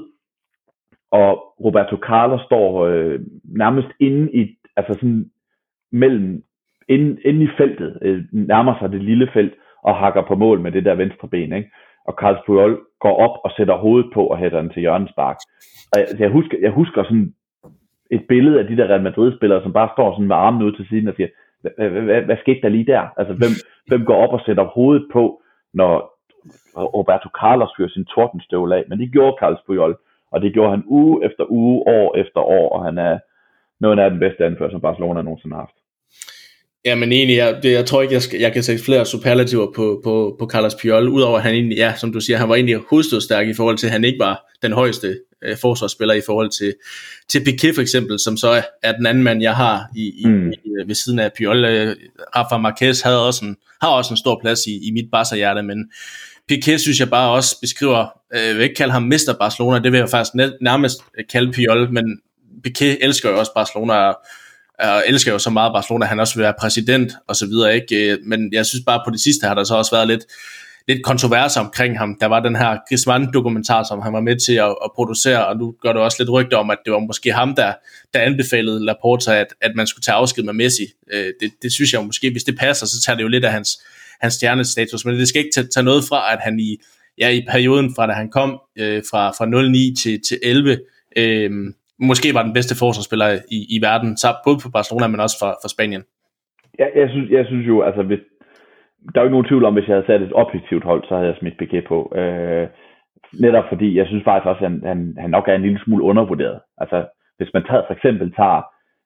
og Roberto Carlos står øh, nærmest inde i, altså sådan mellem, inde, inde i feltet, øh, nærmer sig det lille felt, og hakker på mål med det der venstre ben, ikke? Og Carles Puyol går op og sætter hovedet på og hætter den til hjørnespark. Og jeg, jeg, husker, jeg husker sådan et billede af de der Real Madrid-spillere, som bare står sådan med armen ud til siden og siger, hvad skete der lige der? Altså, hvem, hvem går op og sætter hovedet på, når Roberto Carlos fyrer sin tordenstøvl af? Men det gjorde Carles Puyol, og det gjorde han uge efter uge, år efter år, og han er noget af den bedste anfører, som Barcelona nogensinde har haft. Ja, men egentlig, jeg, det, jeg tror ikke, jeg, skal, jeg kan sætte flere superlativer på, på, på Carles Puyol, udover at han egentlig, ja, som du siger, han var egentlig hovedstødstærk i forhold til, at han ikke var den højeste øh, forsvarsspiller i forhold til, til Piqué for eksempel, som så er, er den anden mand, jeg har i, i, mm. i, ved siden af Puyol. Øh, Rafa Márquez havde også en, har også en stor plads i, i mit Barca-hjerte, men Piqué synes jeg bare også beskriver, øh, jeg vil ikke kalde ham mister Barcelona, det vil jeg faktisk nærmest kalde Puyol, men Piqué elsker jo også Barcelona, og elsker jo så meget Barcelona, han også vil være præsident og så videre, ikke? Men jeg synes bare på det sidste har der så også været lidt, lidt kontroverser omkring ham. Der var den her Griezmann-dokumentar, som han var med til at, at producere, og nu gør det også lidt rygter om, at det var måske ham, der, der anbefalede Laporta, at, at man skulle tage afsked med Messi. Det, det synes jeg jo måske, hvis det passer, så tager det jo lidt af hans, hans stjernestatus, men det skal ikke tage, tage noget fra, at han i, ja, i perioden fra da han kom øh, fra, fra nul ni til, til elleve, øh, måske var den bedste forsvarsspiller i, i verden, så både på Barcelona, men også for, for Spanien. Ja, jeg synes, jeg synes jo, altså, hvis, der er jo ikke nogen tvivl om, hvis jeg havde sat et objektivt hold, så havde jeg smidt Piqué på. Øh, netop fordi, jeg synes faktisk også, at han, han, han nok er en lille smule undervurderet. Altså, hvis man tager, for eksempel tager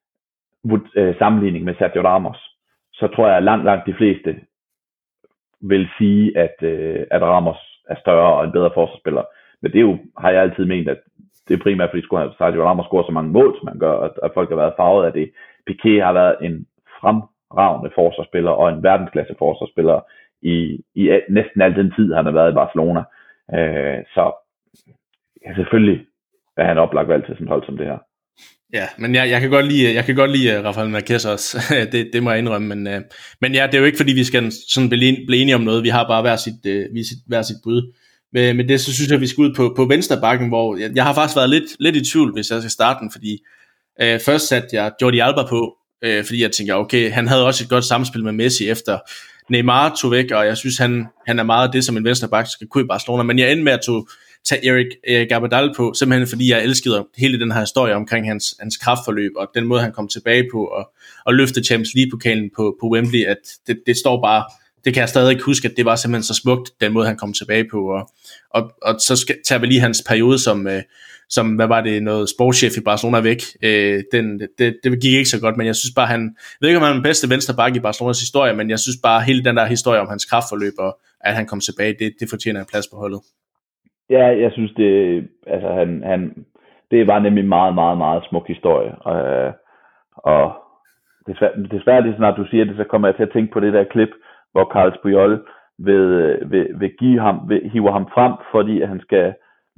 øh, sammenligning med Sergio Ramos, så tror jeg, at langt, langt de fleste vil sige, at, øh, at Ramos er større og en bedre forsvarsspiller. Men det er jo, har jeg altid ment, at det er primært, fordi Sergio Ramos scorer så mange mål, som man gør, at folk har været farvet af det. Piqué har været en fremragende forsvarsspiller og en verdensklasse forsvarsspiller i, i næsten al den tid, han har været i Barcelona. Øh, så ja, selvfølgelig er han oplagt valgt til sådan et hold som det her. Ja, men jeg, jeg kan godt lide, jeg kan godt lide Rafael Márquez også. det, det må jeg indrømme, men, uh, men ja, det er jo ikke fordi vi skal sådan blive, blive enige om noget. Vi har bare hver sit, uh, hver sit bud. Men, men det så synes jeg vi skal ud på på venstrebacken, hvor jeg, jeg har faktisk været lidt lidt i tvivl, hvis jeg skal starte den, fordi uh, først satte jeg Jordi Alba på, uh, fordi jeg tænker okay, han havde også et godt samspil med Messi efter Neymar tog væk, og jeg synes han han er meget af det som en venstreback skal kunne i Barcelona, men jeg endte med at tog tage Eric eh, Garbadal på, simpelthen fordi jeg elskede hele den her historie omkring hans, hans kraftforløb, og den måde han kom tilbage på, og, og løfte Champions League-pokalen på, på Wembley, at det, det står bare, det kan jeg stadig ikke huske, at det var simpelthen så smukt, den måde han kom tilbage på, og, og, og så skal, tager vi lige hans periode som, øh, som, hvad var det, noget sportschef i Barcelona væk, øh, den, det, det gik ikke så godt, men jeg synes bare, han, jeg ved ikke om han er den bedste venstreback i Barcelonas historie, men jeg synes bare, hele den der historie om hans kraftforløb, og at han kom tilbage, det, det fortjener en plads på holdet. Ja, jeg synes det, altså han, han, det var nemlig en meget, meget, meget smuk historie, øh, og desværre, desværre lige snart du siger det, så kommer jeg til at tænke på det der klip, hvor Carles Puyol vil, vil, vil give ham, vil, hiver ham frem, fordi at han skal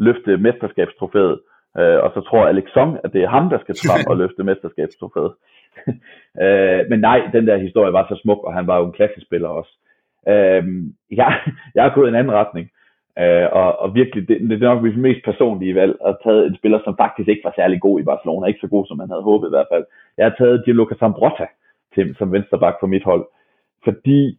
løfte mesterskabstrofæet, øh, og så tror Alex Song, at det er ham, der skal frem og løfte mesterskabstrofæet. øh, men nej, den der historie var så smuk, og han var jo en klassespiller også. Øh, jeg, jeg har gået i en anden retning, øh, og, og virkelig, det, det er nok mit mest personlige valg, at have taget en spiller, som faktisk ikke var særlig god i Barcelona, ikke så god, som man havde håbet i hvert fald. Jeg har taget Gianluca Zambrotta til, som venstreback på mit hold, fordi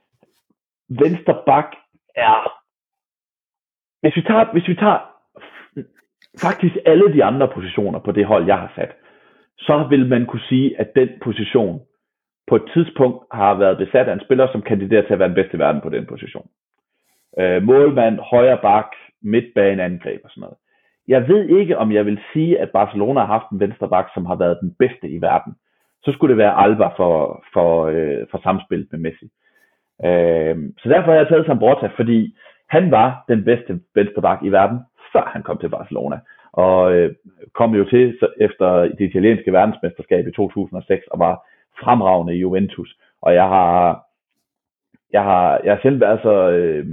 venstreback er, hvis vi tager, hvis vi tager faktisk alle de andre positioner på det hold, jeg har sat, så vil man kunne sige, at den position på et tidspunkt har været besat af en spiller, som kandiderer til at være den bedste i verden på den position. Øh, målmand, højre bak, midtbane, angreb og sådan noget. Jeg ved ikke, om jeg vil sige, at Barcelona har haft en venstreback, som har været den bedste i verden. Så skulle det være Alba for, for, øh, for samspil med Messi. Øh, så derfor har jeg taget Zambrotta, fordi han var den bedste venstreback i verden, før han kom til Barcelona. Og øh, kom jo til så efter det italienske verdensmesterskab i to tusind og seks, og var fremragende i Juventus. Og jeg har, jeg har, jeg har selv været så, øh,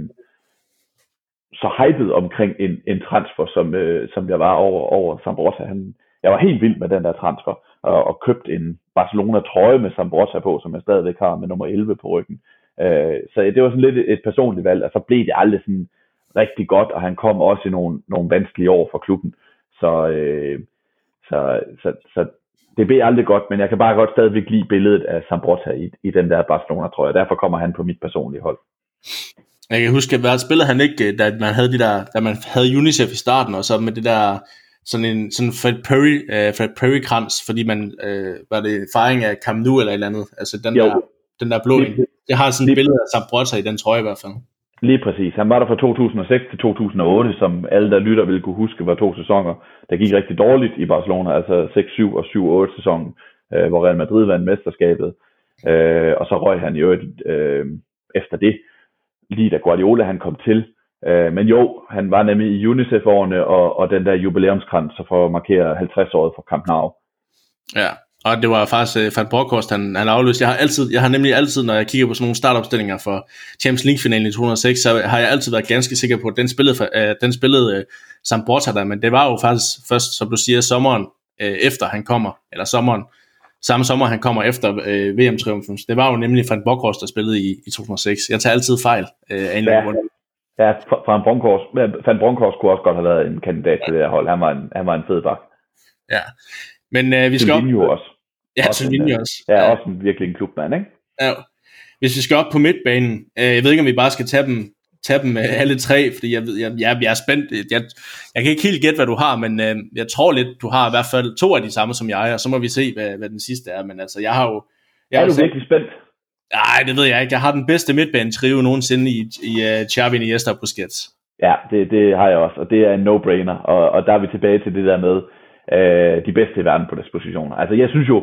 så hyped omkring en, en transfer, som, øh, som jeg var over, over Zambrotta. Han, jeg var helt vild med den der transfer, og, og købte en Barcelona-trøje med Zambrotta på, som jeg stadigvæk har med nummer elleve på ryggen. Øh, så det var sådan lidt et personligt valg, og så blev det aldrig sådan rigtig godt, og han kom også i nogle, nogle vanskelige år for klubben. Så, øh, så, så, så det blev aldrig godt, men jeg kan bare godt stadigvæk lide billedet af Zambrotta i, i den der Barcelona-trøje. Derfor kommer han på mit personlige hold. Jeg kan huske, at spillede han ikke, da man havde de der, da man havde UNICEF i starten, og så med det der sådan en sådan Fred Perry, uh, Fred Perry krans, fordi man uh, var det fejring af Camp Nou eller et eller andet. Altså den jo. der, den der blå. Lige, jeg har sådan et billede af Zambrotta i den trøje i hvert fald. Lige præcis. Han var der fra to tusind og seks til to tusind og otte, som alle der lytter ville kunne huske, var to sæsoner, der gik rigtig dårligt i Barcelona, altså seks syv og syv otte sæsonen, øh, hvor Real Madrid vandt mesterskabet, øh, og så røg han jo øh, efter det, lige da Guardiola han kom til. Øh, men jo, han var nemlig i UNICEF-årene, og, og den der jubilæumskrans for at markere halvtreds-året for Camp Nou. Ja. Og det var faktisk uh, Van Bronckhorst, han, han afløste. Jeg har altid, jeg har nemlig altid, når jeg kigger på sådan nogle startopstillinger for Champions League-finalen i to tusind og seks, så har jeg altid været ganske sikker på, at den spillede, uh, den spillede uh, Zambrotta der, men det var jo faktisk først, som du siger, sommeren uh, efter han kommer, eller sommeren, samme sommer han kommer efter uh, V M-triumfen. Det var jo nemlig Van Bronckhorst, der spillede i, i to tusind og seks. Jeg tager altid fejl uh, af en eller anden grund. Ja, Van Bronckhorst, Van Bronckhorst kunne også godt have været en kandidat til det her hold. Han var en, han var en fed bak. Ja, men uh, vi skal op... også. Ja, også en, også. Ja, også en, virkelig en klubmand, ikke? Ja. Hvis vi skal op på midtbanen, øh, jeg ved ikke, om vi bare skal tage dem, tage dem øh, alle tre, fordi jeg, jeg, jeg, jeg er spændt. Jeg, jeg kan ikke helt gætte, hvad du har, men øh, jeg tror lidt, du har i hvert fald to af de samme som jeg, og så må vi se, hvad, hvad den sidste er. Men altså, jeg har jo... Jeg er du så, virkelig spændt? Nej, det ved jeg ikke. Jeg har den bedste midtbane-trio nogensinde i, i uh, Xavi, Iniesta og Busquets. Ja, det, det har jeg også, og det er en no-brainer, og, og der er vi tilbage til det der med øh, de bedste i verden på deres positioner. Altså, jeg synes jo,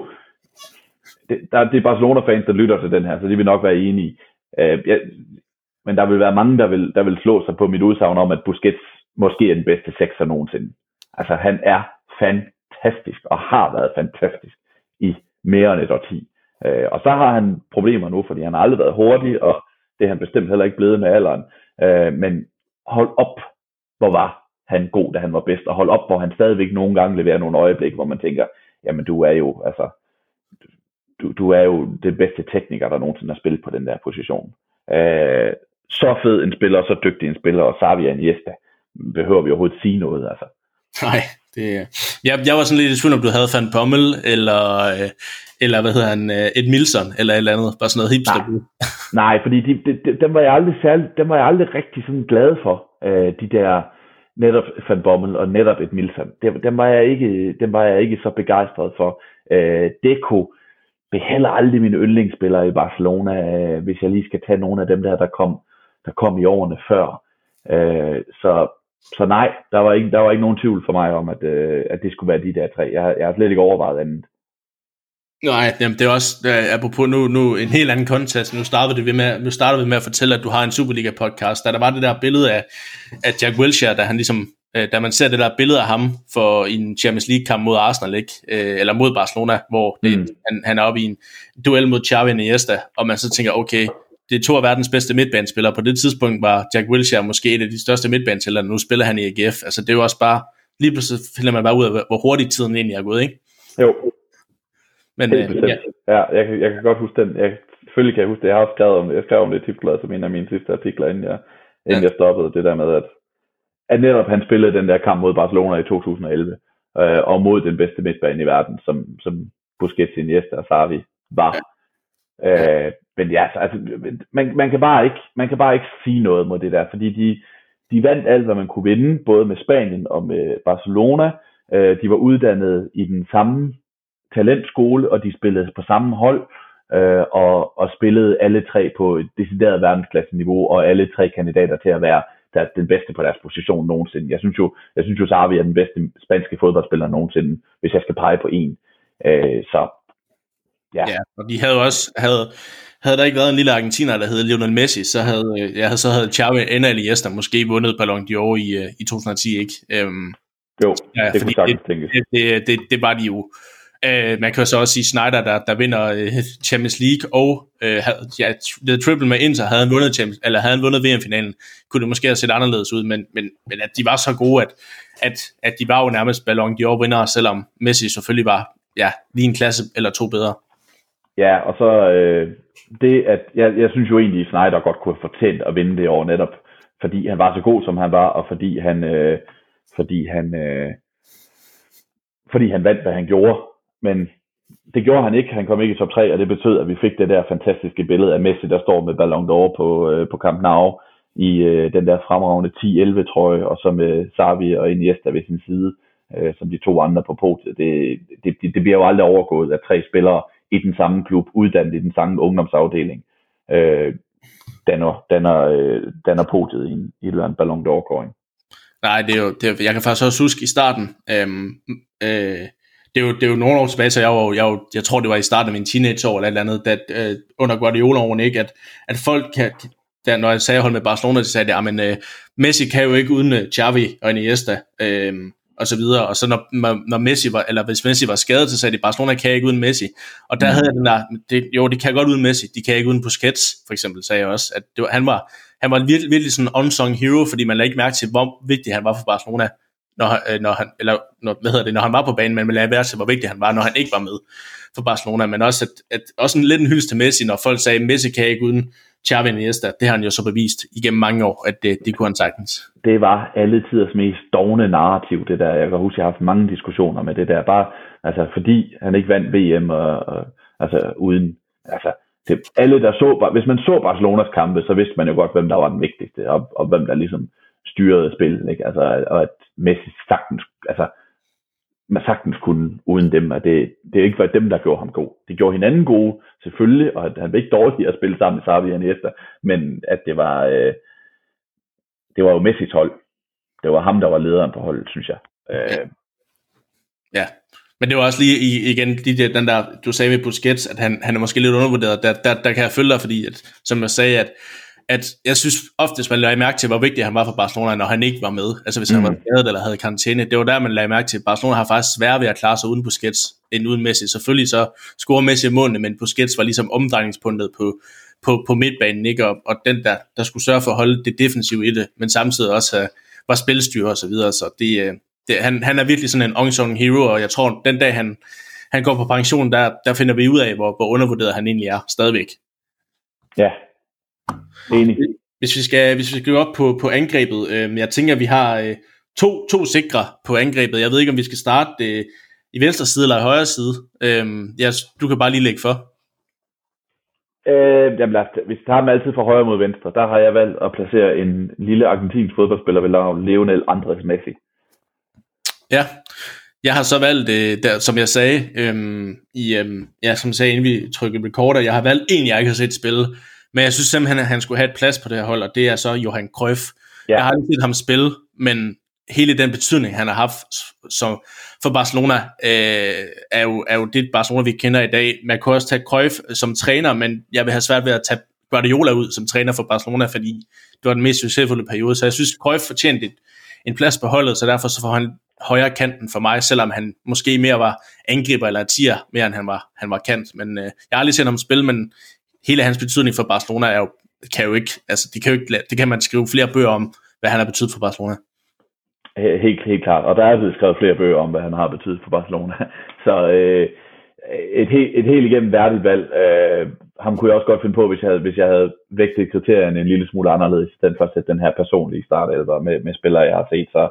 Det, der, det er Barcelona-fans, der lytter til den her, så de vil nok være enige. Øh, jeg, men der vil være mange, der vil, der vil slå sig på mit udsagn om, at Busquets måske er den bedste sekser nogensinde. Altså, han er fantastisk, og har været fantastisk i mere end et årti. Øh, og så har han problemer nu, fordi han har aldrig været hurtig, og det er han bestemt heller ikke blevet med alderen. Øh, men hold op, hvor var han god, da han var bedst, og hold op, hvor han stadigvæk nogle gange leverer nogle øjeblikke, hvor man tænker, jamen du er jo, altså... Du, du er jo det bedste tekniker, der nogensinde har spillet på den der position. Øh, så fed en spiller, så dygtig en spiller, og Xavi og Iniesta, behøver vi overhovedet sige noget, altså. Nej, det jeg, jeg var sådan lidt i tvivl, om du havde Van Bommel, eller, eller hvad hedder han, et Milson, eller et eller andet, bare sådan noget hipster. Nej, Nej fordi de, de, de, dem var jeg aldrig særlig, dem var jeg aldrig rigtig sådan glad for, øh, de der netop Van Bommel og netop et Milson. Dem, dem, var jeg ikke, dem var jeg ikke så begejstret for. Øh, Deco blev heller aldrig mine yndlingsspillere i Barcelona, øh, hvis jeg lige skal tage nogle af dem der, der kom, der kom i årene før. Øh, så, så nej, der var, ikke, der var ikke nogen tvivl for mig om, at, øh, at det skulle være de der tre. Jeg, jeg har slet ikke overvejet andet. Nej, jamen det er også, uh, apropos nu, nu en helt anden kontekst. Nu startede vi med, nu startede vi med at fortælle, at du har en Superliga-podcast, da der var det der billede af, af Jack Wilshere, da han ligesom, uh, da man ser det der billede af ham for en Champions League-kamp mod Arsenal, ikke? Uh, eller mod Barcelona, hvor det, mm. han, han er oppe i en duel mod Xavi og Iniesta, og man så tænker, okay, det er to af verdens bedste midtbanespillere. På det tidspunkt var Jack Wilshere måske et af de største midtbanespillere, nu spiller han i A G F. Altså det er jo også bare, lige pludselig finder man bare ud af, hvor hurtigt tiden egentlig er gået, ikke? Jo. Men, øh, ja. ja, jeg, kan, jeg kan godt huske den. Jeg, selvfølgelig kan jeg huske det. Jeg har også skrevet om det. Jeg skrev om det i Tipsbladet som en af mine sidste artikler, inden jeg, inden ja. jeg stoppede det der med, at, at netop han spillede den der kamp mod Barcelona i to tusind og elleve, øh, og mod den bedste midtbane i verden, som, som Busquets, Iniesta og Xavi var. Ja. Øh, men ja, altså, man, man, kan bare ikke, man kan bare ikke sige noget mod det der, fordi de, de vandt alt, hvad man kunne vinde, både med Spanien og med Barcelona. Øh, de var uddannet i den samme talentskole, og de spillede på samme hold, øh, og, og spillede alle tre på et decideret verdensklasse-niveau, og alle tre kandidater til at være der, den bedste på deres position nogensinde. Jeg synes jo, jeg synes jo, Xavi er den bedste spanske fodboldspiller nogensinde, hvis jeg skal pege på en. Øh, så ja. ja, og de havde også, havde, havde der ikke været en lille argentiner, der hed Lionel Messi, så havde, ja, så havde Xavi eller Iniesta måske vundet Ballon d'Or i, i to tusind og ti, ikke? Øhm, jo, ja, det kunne sagtens tænkes. Det, det, det, det var de jo. Uh, man kan så også sige Snyder, der, der vinder uh, Champions League og uh, havde, ja, The Triple med Inter, havde han vundet Champions, eller havde han vundet V M-finalen, kunne det måske have set anderledes ud, men, men, men at de var så gode, at, at, at de var jo nærmest Ballon d'Or vindere, selvom Messi selvfølgelig var ja, lige en klasse eller to bedre. Ja, og så øh, det, at jeg, jeg synes jo egentlig, at Snyder godt kunne have fortjent at vinde det år netop, fordi han var så god, som han var, og fordi han, øh, fordi han, øh, fordi han vandt, hvad han gjorde. Men det gjorde han ikke. Han kom ikke i top tre, og det betød, at vi fik det der fantastiske billede af Messi, der står med Ballon d'Or på, øh, på Camp Nou i øh, den der fremragende ti elleve trøje, og så med Xavi og Iniesta ved sin side, øh, som de to andre på podiet. Det, det, det bliver jo aldrig overgået af tre spillere i den samme klub, uddannet i den samme ungdomsafdeling, øh, danner, danner, øh, danner podiet i en, i en Ballon d'Or-kåring. Nej, det er jo, det er, jeg kan faktisk også huske i starten, øhm, øh, det er jo, det er jo nogle år tilbage, så jeg, var, jeg, var, jeg tror, det var i starten af min teenageår eller et eller andet, at øh, under Guardiola-årene, ikke, at, at folk kan, der, når jeg sagde, at jeg holdt med Barcelona, så sagde de, at øh, Messi kan jo ikke uden uh, Xavi og Iniesta, øh, og så videre, og så når, når Messi var, eller hvis Messi var skadet, så sagde de, Barcelona kan ikke uden Messi, og der mm. havde jeg den der, det, jo, de kan godt uden Messi, de kan ikke uden Busquets, for eksempel, sagde jeg også, at det var, han var, han var virkelig, virkelig sådan en unsung hero, fordi man lagde ikke mærke til, hvor vigtig han var for Barcelona, når, når han, eller når, hvad hedder det, når han var på banen, men man lagde mærke til, hvor vigtig han var, når han ikke var med for Barcelona, men også, at, at også en lidt en hyldest til Messi, når folk sagde, Messi kan ikke uden Xavi og Iniesta, det har han jo så bevist igennem mange år, at det, det kunne han sagtens. Det var alle tiders mest dovne narrativ, det der. Jeg kan huske, jeg har haft mange diskussioner med det der, bare altså fordi han ikke vandt V M, og, og altså uden, altså det, alle der så, hvis man så Barcelonas kampe, så vidste man jo godt, hvem der var den vigtigste, og, og hvem der ligesom styrede spillet, ikke? Altså, og at Messi sagtens, altså man sagtens kunne uden dem, at det, det ikke var dem, der gjorde ham god. De gjorde hinanden gode, selvfølgelig, og han var ikke dårlig at spille sammen med Xavi og Iniesta, men at det var, øh, det var jo Messis hold. Det var ham, der var lederen på holdet, synes jeg. Øh. Ja, men det var også lige igen, den der, du sagde med Busquets, at han, han er måske lidt undervurderet. Der, der, der kan jeg følge dig, fordi, at, som jeg sagde, at at jeg synes oftest, man lagde mærke til, hvor vigtig han var for Barcelona, når han ikke var med. Altså hvis mm. han var skadet eller havde karantæne. Det var der, man lagde mærke til, at Barcelona har faktisk svært ved at klare sig uden Busquets, end uden Messi. Selvfølgelig så scorer Messi i målene, men Busquets var ligesom omdrejningspunktet på, på, på midtbanen, ikke? Og, og den der, der skulle sørge for at holde det defensive i det, men samtidig også uh, var spilstyrer og så videre. Så det, uh, det, han, han er virkelig sådan en unsung hero, og jeg tror, den dag han, han går på pension, der, der finder vi ud af, hvor, hvor undervurderet han egentlig er stadigvæk. Ja. Enig. Hvis vi skal, hvis vi skal gå op på, på angrebet, øh, jeg tænker, at vi har øh, to, to sikre på angrebet. Jeg ved ikke, om vi skal starte øh, i venstre side eller i højre side. Øh, ja, du kan bare lige lægge for. Øh, jamen, hvis vi tager dem altid fra højre mod venstre, der har jeg valgt at placere en lille argentinsk fodboldspiller ved navn Lionel Andrés Messi. Ja, jeg har så valgt, øh, der, som jeg sagde, øh, i, øh, ja, som jeg sagde, inden vi trykkede recorder, jeg har valgt en, jeg ikke har set spille. Men jeg synes simpelthen, at han skulle have et plads på det her hold, og det er så Johan Cruyff. Ja. Jeg har ikke set ham spille, men hele den betydning, han har haft som, for Barcelona, øh, er, jo, er jo det Barcelona, vi kender i dag. Man kan også tage Cruyff som træner, men jeg vil have svært ved at tage Guardiola ud som træner for Barcelona, fordi det var den mest succesfulde periode. Så jeg synes, Cruyff fortjente et, en plads på holdet, så derfor så får han højre kanten for mig, selvom han måske mere var angriber eller tier, mere end han var, han var kant. Men øh, jeg har aldrig set ham spille, men hele hans betydning for Barcelona er jo kan jo ikke, altså det kan jo ikke, det kan man skrive flere bøger om, hvad han har betydet for Barcelona. Helt, helt klart, og der er blevet skrevet flere bøger om, hvad han har betydet for Barcelona. Så øh, et, helt, et helt igennem værdigt valg. Øh, ham kunne jeg også godt finde på, hvis jeg havde, hvis jeg havde vægtet kriterierne en lille smule anderledes, i stedet for at sætte den her personlige startelver med, med spillere, jeg har set, så,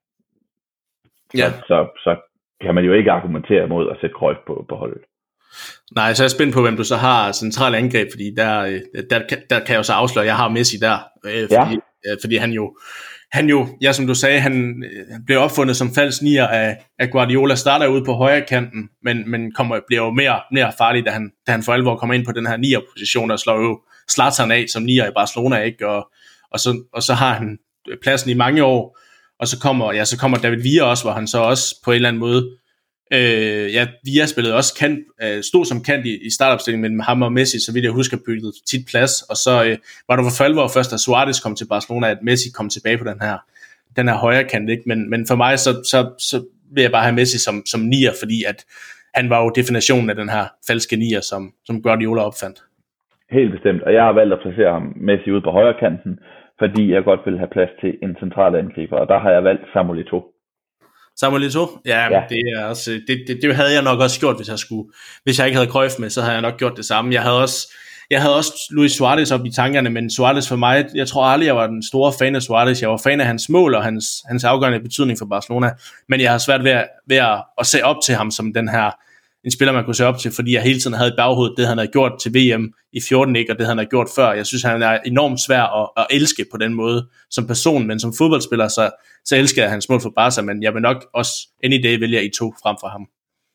ja. så, så, så kan man jo ikke argumentere mod at sætte Cruyff på, på holdet. Nej, så er jeg spændt på, hvem du så har centrale angreb, fordi der, der, der kan jeg jo så afsløre, at jeg har Messi der, øh, fordi, ja. øh, fordi han jo, han jo, ja som du sagde, han, han blev opfundet som falsk nier af, af Guardiola, starter ude på højre kanten, men, men kommer, bliver jo mere, mere farlig, da han, da han for alvor kommer ind på den her nier-position, og slår jo Zlatan af som nier i Barcelona, ikke? Og, og, så, og så har han pladsen i mange år, og så kommer, ja, så kommer David Villa også, hvor han så også på en eller anden måde, Øh, ja, Villa spillede også kant, øh, stod som kant i, i startopstillingen mellem ham og Messi, så vidt jeg husker, byggede tit plads, og så øh, var det for alvor først, da Suarez kom til Barcelona, at Messi kom tilbage på den her, den her højre kant, ikke? Men, men for mig, så, så, så vil jeg bare have Messi som, som nier, fordi at han var jo definitionen af den her falske nier, som, som Guardiola opfandt. Helt bestemt, og jeg har valgt at placere ham Messi ude på højre kanten, fordi jeg godt vil have plads til en central angriber, og der har jeg valgt Samuel Eto'o. Samuel Eto'o? Ja, ja. Det, er også, det, det, det havde jeg nok også gjort, hvis jeg skulle. Hvis jeg ikke havde Cruyff med, så havde jeg nok gjort det samme. Jeg havde også, jeg havde også Luis Suarez op i tankerne, men Suarez for mig, jeg tror aldrig, jeg var den store fan af Suarez. Jeg var fan af hans mål og hans, hans afgørende betydning for Barcelona, men jeg har svært ved, ved at, at se op til ham som den her, en spiller, man kunne se op til, fordi jeg hele tiden havde i baghovedet det, han havde gjort til V M i fjorten, ikke, og det, han havde gjort før. Jeg synes, han er enormt svær at, at elske på den måde som person, men som fodboldspiller, så, så elsker jeg hans mål for Barca, men jeg vil nok også any day vælge Eto'o frem for ham.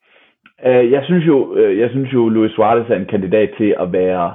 Jeg synes jo, jeg synes jo, Luis Suarez er en kandidat til at være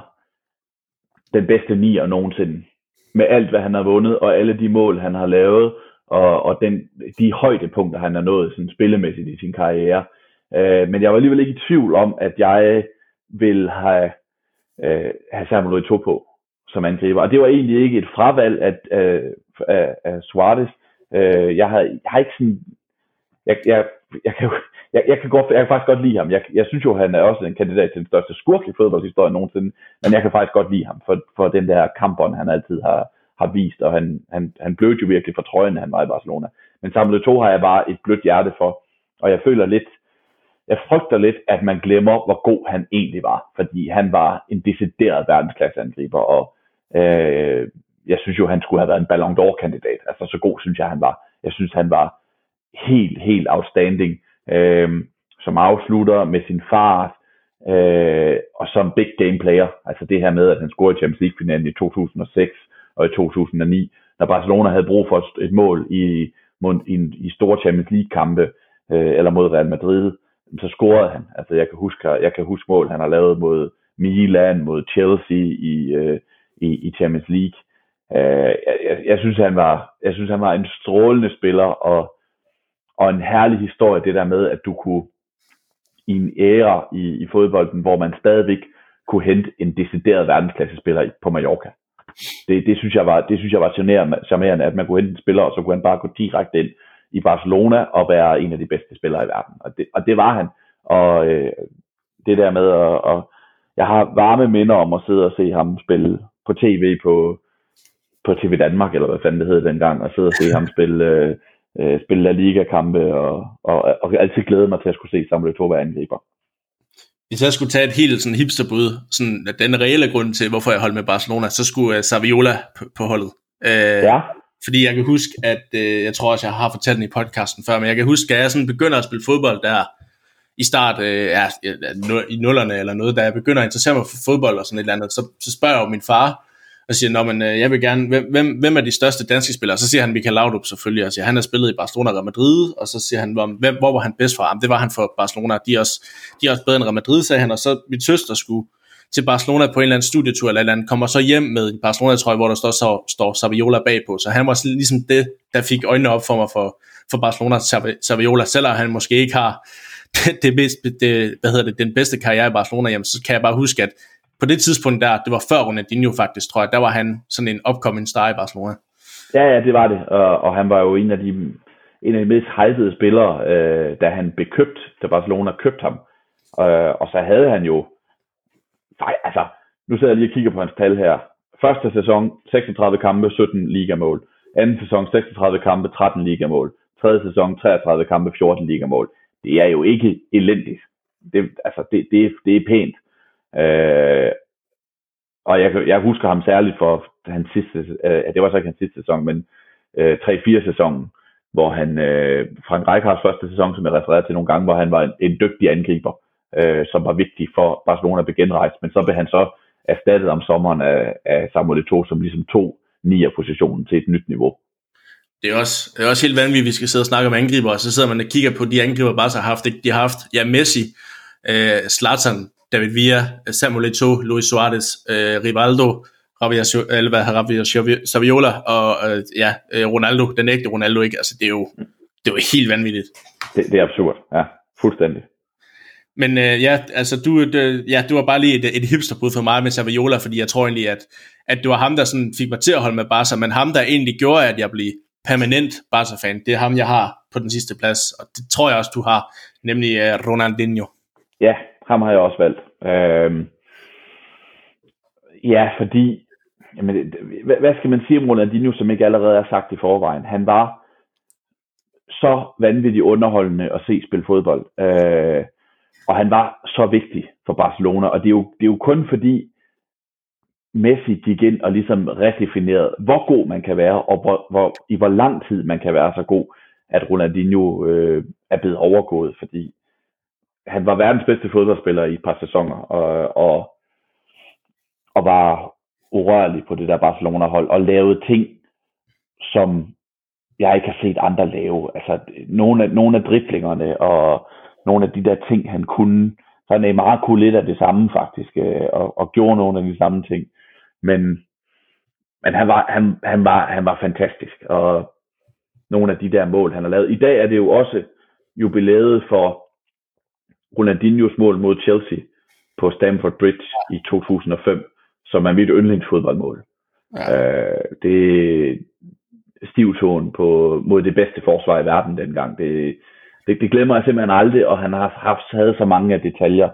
den bedste nier nogensinde. Med alt, hvad han har vundet, og alle de mål, han har lavet, og, og den, de højdepunkter, han har nået sådan spillemæssigt i sin karriere. Uh, men jeg var alligevel ikke i tvivl om, at jeg vil have, uh, have Samuel Eto'o på som angriber. Og det var egentlig ikke et fravalg af, uh, af, af Suarez. Uh, jeg, har, jeg har ikke sådan... Jeg, jeg, jeg, kan, jeg, jeg, kan godt, jeg kan faktisk godt lide ham. Jeg, jeg synes jo, han er også en kandidat til den største skurk i fodboldshistorien nogensinde. Men jeg kan faktisk godt lide ham for, for den der kampånd, han altid har, har vist. Og han, han, han blødte jo virkelig for trøjen, han var i Barcelona. Men Samuel Eto'o har jeg bare et blødt hjerte for. Og jeg føler lidt... Jeg frygter lidt, at man glemmer, hvor god han egentlig var, fordi han var en decideret verdensklasseangriber, og øh, jeg synes jo, han skulle have været en Ballon d'Or-kandidat. Altså, så god synes jeg, han var. Jeg synes, han var helt, helt outstanding, øh, som afslutter med sin fart, øh, og som big game player. Altså det her med, at han scorede i Champions League-finalen i to tusind og seks og i to tusind og ni, når Barcelona havde brug for et mål i, i, i store Champions League-kampe, øh, eller mod Real Madrid, så scorede han. Altså jeg kan huske, jeg kan huske mål, han har lavet mod Milan, mod Chelsea i, øh, i, i Champions League. Øh, jeg, jeg, synes, han var, jeg synes, han var en strålende spiller, og, og en herlig historie, det der med, at du kunne i en æra i, i fodbolden, hvor man stadigvæk kunne hente en decideret verdensklassespiller på Mallorca. Det, det synes jeg var, det synes jeg var charmerende, at man kunne hente en spiller, og så kunne han bare gå direkte ind i Barcelona og være en af de bedste spillere i verden. Og det, og det var han. Og øh, det der med, at, og jeg har varme minder om at sidde og se ham spille på tv på, på T V Danmark, eller hvad fanden det hed dengang, og sidde og se ham spille, øh, spille La Liga-kampe, og, og, og altid glæde mig til at skulle se Samuel Eto'o være angriber. Hvis jeg skulle tage et helt sådan hipsterbud, sådan den reelle grund til, hvorfor jeg holdt med Barcelona, så skulle uh, Saviola på, på holdet. Uh, ja. Fordi jeg kan huske, at, øh, jeg tror også, jeg har fortalt den i podcasten før, men jeg kan huske, at jeg sådan begynder at spille fodbold der i start, øh, ja, i nullerne eller noget, da jeg begynder at interessere mig for fodbold og sådan et eller andet, så, så spørger jeg jo min far, og siger, nå, men øh, jeg vil gerne, hvem, hvem, hvem er de største danske spillere? Så siger han Michael Laudrup selvfølgelig, og siger, han har spillet i Barcelona og Real Madrid, og så siger han, hvem, hvor var han bedst for ham? Det var han for Barcelona, de er også, de er også bedre end Real Madrid, sagde han, og så mit søster skulle til Barcelona på en eller anden studietur eller et eller andet, kommer så hjem med en Barcelona-trøje, hvor der står, så, står Saviola bagpå, så han var ligesom det, der fik øjnene op for mig for, for Barcelona Saviola, selvom han måske ikke har det, det bedste, det, hvad hedder det, den bedste karriere i Barcelona, jamen, så kan jeg bare huske, at på det tidspunkt der, det var før Ronaldinho faktisk, tror jeg, der var han sådan en upcoming star i Barcelona. Ja, ja, det var det, og, og han var jo en af de, en af de mest hypede spillere, øh, da han blev købt, da Barcelona købte ham, øh, og så havde han jo, nej, altså, nu sidder jeg lige og kigger på hans tal her, Første sæson, seksogtredive kampe, sytten ligamål. Anden sæson, seksogtredive kampe, tretten ligamål. Tredje sæson, treogtredive kampe, fjorten ligamål. Det er jo ikke elendigt. Det, altså, det, det, det er pænt. Øh, og jeg, jeg husker ham særligt for hans sidste, øh, det var så ikke hans sidste sæson, men øh, tre fire sæsonen, hvor han, øh, Frank Rijkaards første sæson, som jeg refererede til nogle gange, hvor han var en, en dygtig angriber, øh, som var vigtig for Barcelona at blive genrejst, men så blev han så erstattet om sommeren af, af Samuel Eto'o, som ligesom tog nier-positionen til et nyt niveau. Det er også, det er også helt vanvittigt, at vi skal sidde og snakke om angriber, og så sidder man og kigger på de angriber, Barca har haft. De har haft, ja, Messi, øh, Zlatan, David Villa, Samuel Eto'o, Luis Suarez, øh, Rivaldo, Javier Saviola og øh, ja, Ronaldo, den ægte Ronaldo, ikke? Altså, det er jo, det er jo helt vanvittigt. Det, det er absurd, ja, fuldstændig. Men øh, ja, altså du, det, ja, du var bare lige et, et hipsterbud for mig med Saviola, fordi jeg tror egentlig, at, at det var ham, der sådan fik mig til at holde med Barca, men ham, der egentlig gjorde, at jeg blev permanent Barca-fan, det er ham, jeg har på den sidste plads, og det tror jeg også, du har, nemlig uh, Ronaldinho. Ja, ham har jeg også valgt. Øhm, ja, fordi, jamen, hvad, hvad skal man sige om Ronaldinho, som ikke allerede er sagt i forvejen? Han var så vanvittigt underholdende at se spille fodbold, øh, og han var så vigtig for Barcelona, og det er jo, det er jo kun fordi Messi gik ind og ligesom redefinerede, hvor god man kan være, og hvor, hvor, i hvor lang tid man kan være så god, at Ronaldinho øh, er blevet overgået, fordi han var verdens bedste fodboldspiller i et par sæsoner, og, og, og var urørlig på det der Barcelona-hold, og lavede ting, som jeg ikke har set andre lave. Altså, nogle af, nogle af driblingerne, og nogle af de der ting, han kunne, så Neymar kunne lidt af det samme faktisk, øh, og, og gjorde nogle af de samme ting. Men, men han, var, han, han, var, han var fantastisk, og nogle af de der mål, han har lavet. I dag er det jo også jubilæet for Ronaldinhos mål mod Chelsea på Stamford Bridge i to tusind og fem, som er mit yndlingsfodboldmål. Ja. Øh, det stivtåen på mod det bedste forsvar i verden dengang. Det, det, det glemmer jeg simpelthen aldrig, og han har haft havde så mange af detaljer.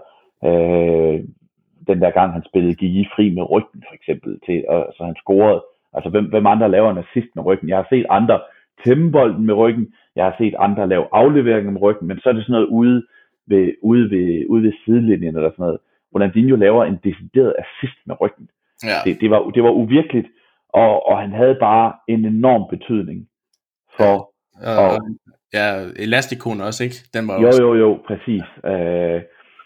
Øh, den der gang han spillede, gik i fri med ryggen for eksempel, til, og, så han scorede. Altså hvem, hvem andre laver en assist med ryggen? Jeg har set andre tæmme bolden med ryggen, jeg har set andre lave afleveringer med ryggen, men så er det sådan noget ude ved, ude ved, ude ved sidelinjen eller sådan noget. Ronaldinho laver en decideret assist med ryggen. Ja. Det, det, var, det var uvirkeligt, og, og han havde bare en enorm betydning for... Ja, og, og, ja, elastikon også, ikke? Den var jo, også... jo, jo, præcis. Øh,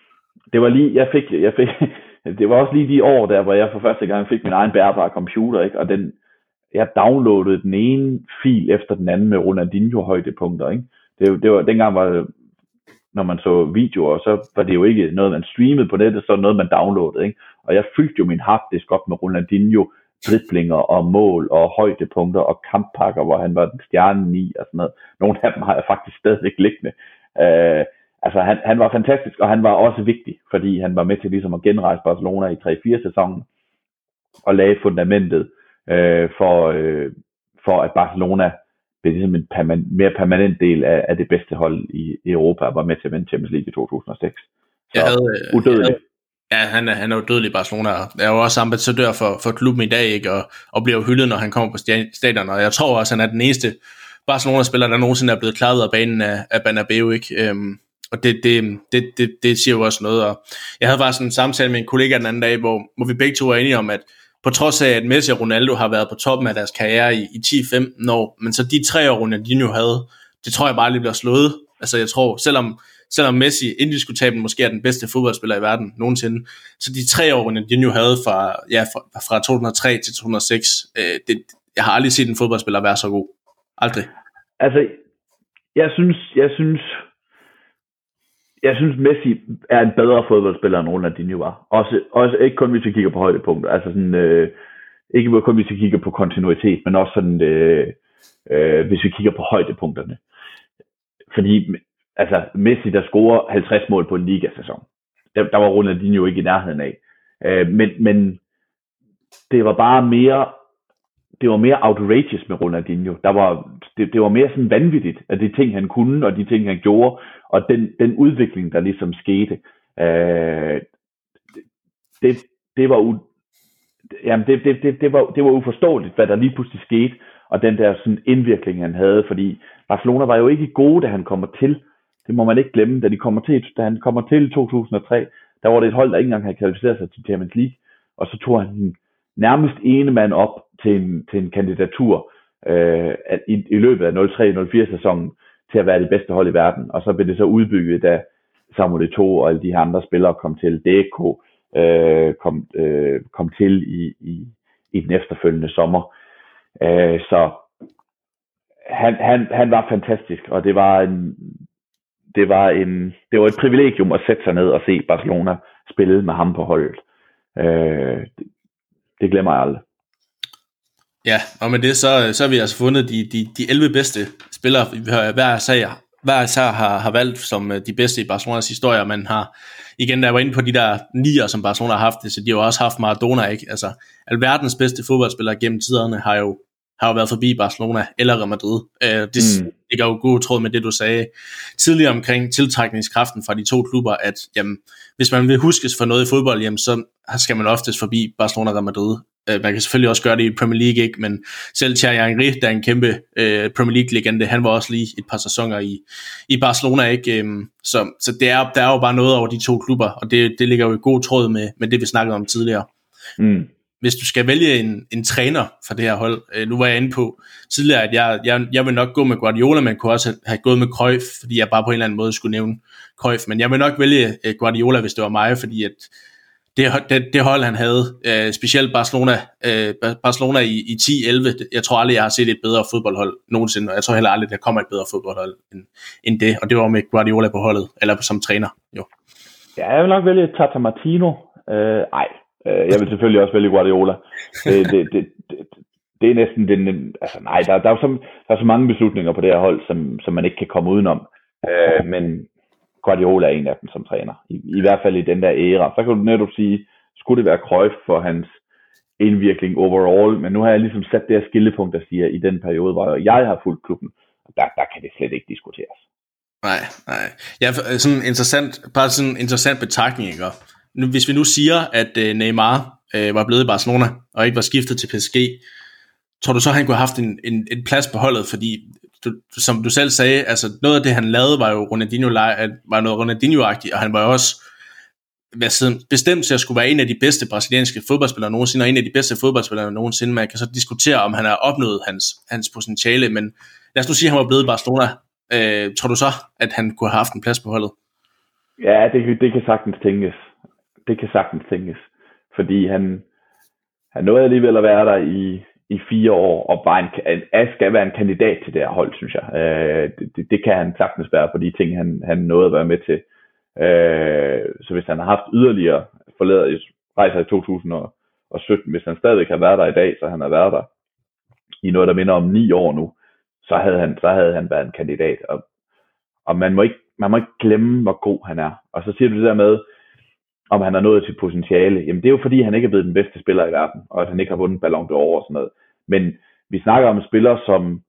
det var lige, jeg fik, jeg fik, det var også lige de år der, hvor jeg for første gang fik min egen bærbare computer, ikke? Og den, jeg downloadede den ene fil efter den anden med Ronaldinho højdepunkter, ikke? Det, det var, dengang var det, når man så videoer, så var det jo ikke noget, man streamede på nettet, så noget, man downloadede, ikke? Og jeg fyldte jo min harddisk op med Ronaldinho, driblinger og mål og højdepunkter og kamppakker, hvor han var den stjernen i og sådan noget. Nogle af dem har jeg faktisk stadigvæk liggende. Øh, altså, han, han var fantastisk, og han var også vigtig, fordi han var med til ligesom at genrejse Barcelona i tre fire sæsonen og lagde fundamentet øh, for, øh, for, at Barcelona blev ligesom en perman- mere permanent del af, af det bedste hold i, i Europa, og var med til at vinde Champions League i to tusind og seks. Så jeg havde, udødelig. Jeg havde, ja, han er, han er jo dødelig i Barcelona, og er jo også ambassadør for, for klubben i dag, ikke? Og, og bliver jo hyldet, når han kommer på stadion, og jeg tror også, han er den eneste Barcelona-spiller, der nogensinde er blevet klaret af banen af, af Bernabeu, ikke? Øhm, og det, det, det, det, det siger jo også noget, og jeg havde bare sådan en samtale med en kollega den anden dag, hvor, hvor vi begge to er enige om, at på trods af, at Messi og Ronaldo har været på toppen af deres karriere i, i ti femten år, men så de tre år, Ronaldinho havde, det tror jeg bare lige bliver slået. Altså jeg tror, selvom, selvom Messi indiskutabelt måske er den bedste fodboldspiller i verden nogensinde, så de tre år, Ronaldinho havde fra, ja, fra, fra to tusind og tre til to tusind og seks, øh, det, jeg har aldrig set en fodboldspiller være så god. Aldrig. Altså, jeg synes, jeg synes, jeg synes Messi er en bedre fodboldspiller, end Ronaldinho var. Også, også ikke kun hvis vi kigger på højdepunkter, altså sådan, øh, ikke kun hvis vi kigger på kontinuitet, men også sådan, øh, øh, hvis vi kigger på højdepunkterne. Fordi, altså, Messi, der scorer halvtreds mål på en ligasæson, der, der var Ronaldinho ikke i nærheden af. Øh, men, men det var bare mere, det var mere outrageous med Ronaldinho. Der var, det, det var mere sådan vanvittigt, at de ting, han kunne, og de ting, han gjorde, og den, den udvikling, der ligesom skete, øh, det, det, var u, jamen det, det, det, det, var, det var uforståeligt, hvad der lige pludselig skete, og den der sådan indvirkning, han havde, fordi Barcelona var jo ikke gode, da han kommer til. Det må man ikke glemme, da, de kommer til, da han kommer til i to tusind og tre, der var det et hold, der ikke engang havde kvalificeret sig til Champions League, og så tog han nærmest ene mand op til en, til en kandidatur øh, i, i løbet af nul tre nul fire sæsonen til at være det bedste hold i verden, og så blev det så udbygget, da Samuel Eto'o og alle de her andre spillere kom til, Deco øh, kom, øh, kom til i, i, i den efterfølgende sommer. Øh, så han, han, han var fantastisk, og det var en det var en det var et privilegium at sætte sig ned og se Barcelona spille med ham på holdet. Øh, det, det glemmer jeg aldrig. Ja, og med det så, så har vi altså fundet de, de, de elleve bedste spillere, vi har hver sag hver sag har, har valgt som de bedste i Barcelonas historie. Man har, igen, der jeg var inde på de der nier, som Barcelona har haft, så de har jo også haft Maradona, ikke? Altså, alverdens bedste fodboldspillere gennem tiderne har jo har jo været forbi Barcelona eller Real Madrid. Øh, det mm. ligger jo god tråd med det, du sagde tidligere omkring tiltrækningskraften fra de to klubber, at jamen, hvis man vil huskes for noget i fodbold, jamen, så skal man oftest forbi Barcelona og Real Madrid. Øh, man kan selvfølgelig også gøre det i Premier League, ikke? Men selv Thierry Henry, der er en kæmpe øh, Premier League-legende, han var også lige et par sæsoner i, i Barcelona, ikke? Øh, så så det er, der er jo bare noget over de to klubber, og det, det ligger jo i god tråd med, med det, vi snakkede om tidligere. Mm. Hvis du skal vælge en, en træner for det her hold, øh, nu var jeg inde på tidligere, at jeg, jeg, jeg vil nok gå med Guardiola, men kunne også have gået med Cruyff, fordi jeg bare på en eller anden måde skulle nævne Cruyff, men jeg vil nok vælge øh, Guardiola, hvis det var mig, fordi at det, det, det hold, han havde, øh, specielt Barcelona, øh, Barcelona i, i ti elleve, jeg tror aldrig, jeg har set et bedre fodboldhold nogensinde, og jeg tror heller aldrig, der kommer et bedre fodboldhold end, end det, og det var med Guardiola på holdet, eller som træner, jo. Ja, jeg vil nok vælge Tata Martino. Øh, ej. Jeg vil selvfølgelig også vælge Guardiola. Det, det, det, det, det er næsten den, altså nej, der, der, er så, der er så mange beslutninger på det her hold, som, som man ikke kan komme udenom. Øh, men Guardiola er en af dem som træner. I, I hvert fald i den der æra. Så kan du netop sige, skulle det være Cruyff for hans indvirkning overall, men nu har jeg ligesom sat det her skillepunkt, der siger, i den periode, hvor jeg har fulgt klubben, der, der kan det slet ikke diskuteres. Nej, nej. Ja, sådan interessant, bare sådan en interessant betragtning, ikke? Nu, hvis vi nu siger, at øh, Neymar øh, var blevet i Barcelona, og ikke var skiftet til P S G, tror du så, han kunne have haft en, en, en plads på holdet? Fordi, du, som du selv sagde, altså noget af det, han lavede, var jo Ronaldinho, var noget Ronaldinho-agtigt, og han var jo også bestemt til at skulle være en af de bedste brasilianske fodboldspillere nogensinde, og en af de bedste fodboldspillere nogensinde. Man kan så diskutere, om han har opnået hans, hans potentiale, men lad os nu sige, at han var blevet i Barcelona. Øh, tror du så, at han kunne have haft en plads på holdet? Ja, det, det kan sagtens tænkes. Det kan sagtens tænkes, fordi han, han nåede alligevel at være der i, i fire år, og bare en, skal være en kandidat til det her hold, synes jeg. Øh, det, det kan han sagtens være, for de ting, han, han nåede at være med til. Øh, så hvis han har haft yderligere forladet rejser i to tusind og sytten, hvis han stadigvæk har været der i dag, så han har været der i noget, der minder om ni år nu, så havde han, så havde han været en kandidat. Og, og man, må ikke, man må ikke glemme, hvor god han er. Og så siger du det der med, om han har nået sit potentiale. Jamen det er jo fordi, han ikke er blevet den bedste spiller i verden, og at han ikke har vundet Ballon d'Or og sådan noget. Men vi snakker om en spiller, som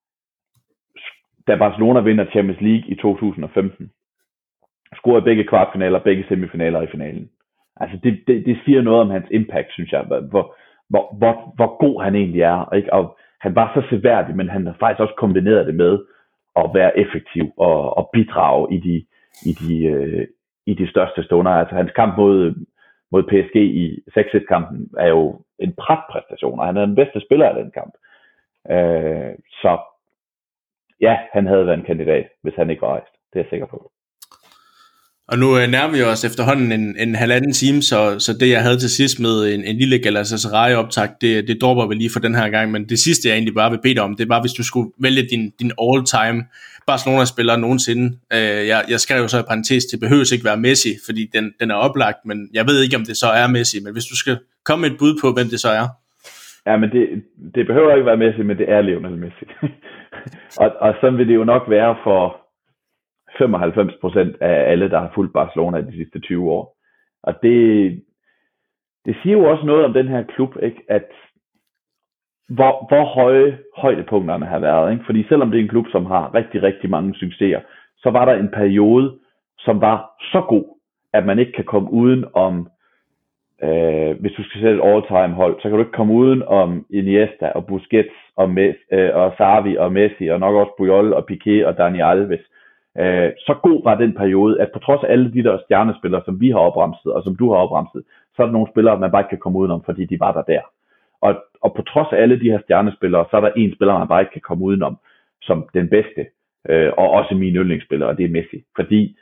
da Barcelona vinder Champions League i to tusind og femten, scorer i begge kvartfinaler, begge semifinaler i finalen. Altså det, det, det siger noget om hans impact, synes jeg, hvor, hvor, hvor, hvor god han egentlig er. Ikke? Og han var så seværdig, men han har faktisk også kombineret det med at være effektiv og, og bidrage i de, i de øh, i de største stunder. Altså hans kamp mod, mod P S G i seks et kampen er jo en pragtpræstation, og han er den bedste spiller af den kamp. Øh, så ja, han havde været en kandidat, hvis han ikke var rejst. Det er jeg sikker på. Og nu øh, nærmer vi os efterhånden en, en halvanden time, så, så det jeg havde til sidst med en, en lille Galatasaray-optag, det, det dropper vi lige for den her gang, men det sidste jeg egentlig bare vil bede dig om, det var hvis du skulle vælge din, din all-time Barcelona-spiller nogensinde. Øh, jeg, jeg skrev jo så i parentes, det behøves ikke være Messi, fordi den, den er oplagt, men jeg ved ikke om det så er Messi, men hvis du skal komme med et bud på, hvem det så er. Ja, men det, det behøver ikke være Messi, men det er Lionel Messi. og, og sådan vil det jo nok være for femoghalvfems procent af alle, der har fulgt Barcelona de sidste tyve år. Og det, det siger jo også noget om den her klub, ikke? At hvor, hvor høje højdepunkterne har været. Ikke? Fordi selvom det er en klub, som har rigtig, rigtig mange succeser, så var der en periode, som var så god, at man ikke kan komme uden om øh, hvis du skal sætte et all-time hold, så kan du ikke komme uden om Iniesta og Busquets og, Messi, øh, og Xavi og Messi og nok også Puyol og Piqué og Dani Alves. Øh, så god var den periode, at på trods af alle de der stjernespillere, som vi har opremset og som du har opremset, så er der nogle spillere, man bare ikke kan komme udenom, fordi de var der der. Og, og på trods af alle de her stjernespillere, så er der en spiller, man bare ikke kan komme udenom, som den bedste, øh, og også min yndlingsspiller, og det er Messi. Fordi,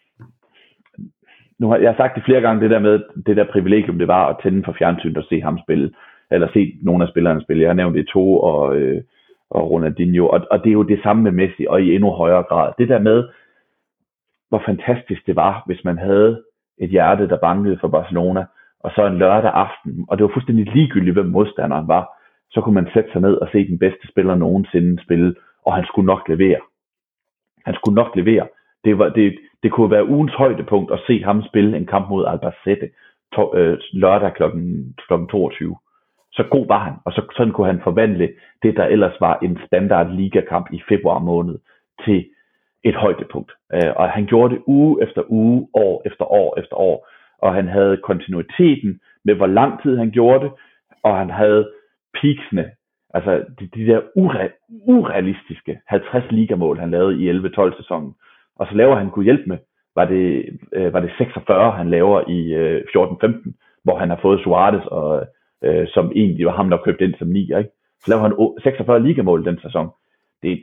nu har jeg sagt det flere gange, det der med, det der privilegium, det var at tænde for fjernsynet og se ham spille, eller se nogle af spillerne spille. Jeg har nævnt Eto'o og, øh, og Ronaldinho, og, og det er jo det samme med Messi, og i endnu højere grad. Det der med, hvor fantastisk det var, hvis man havde et hjerte, der bankede for Barcelona, og så en lørdag aften, og det var fuldstændig ligegyldigt, hvem modstanderen var, så kunne man sætte sig ned og se den bedste spiller nogensinde spille, og han skulle nok levere. Han skulle nok levere. Det, var, det, det kunne være ugens højdepunkt at se ham spille en kamp mod Albacete to, øh, lørdag klokken toogtyve. Så god var han, og så, sådan kunne han forvandle det, der ellers var en standard ligakamp i februar måned, til et højdepunkt. Øh, og han gjorde det uge efter uge, år efter år efter år. Og han havde kontinuiteten med, hvor lang tid han gjorde det, og han havde peaksene, altså de, de der ure, urealistiske halvtreds ligamål, han lavede i elleve tolv sæsonen. Og så laver han, kunne hjælpe med, var det, øh, var det seksogfyrre, han laver i øh, fjorten femten, hvor han har fået Suarez, og, øh, som egentlig var ham, der købte ind som nier, ikke? Så laver han seksogfyrre ligamål den sæson. Det,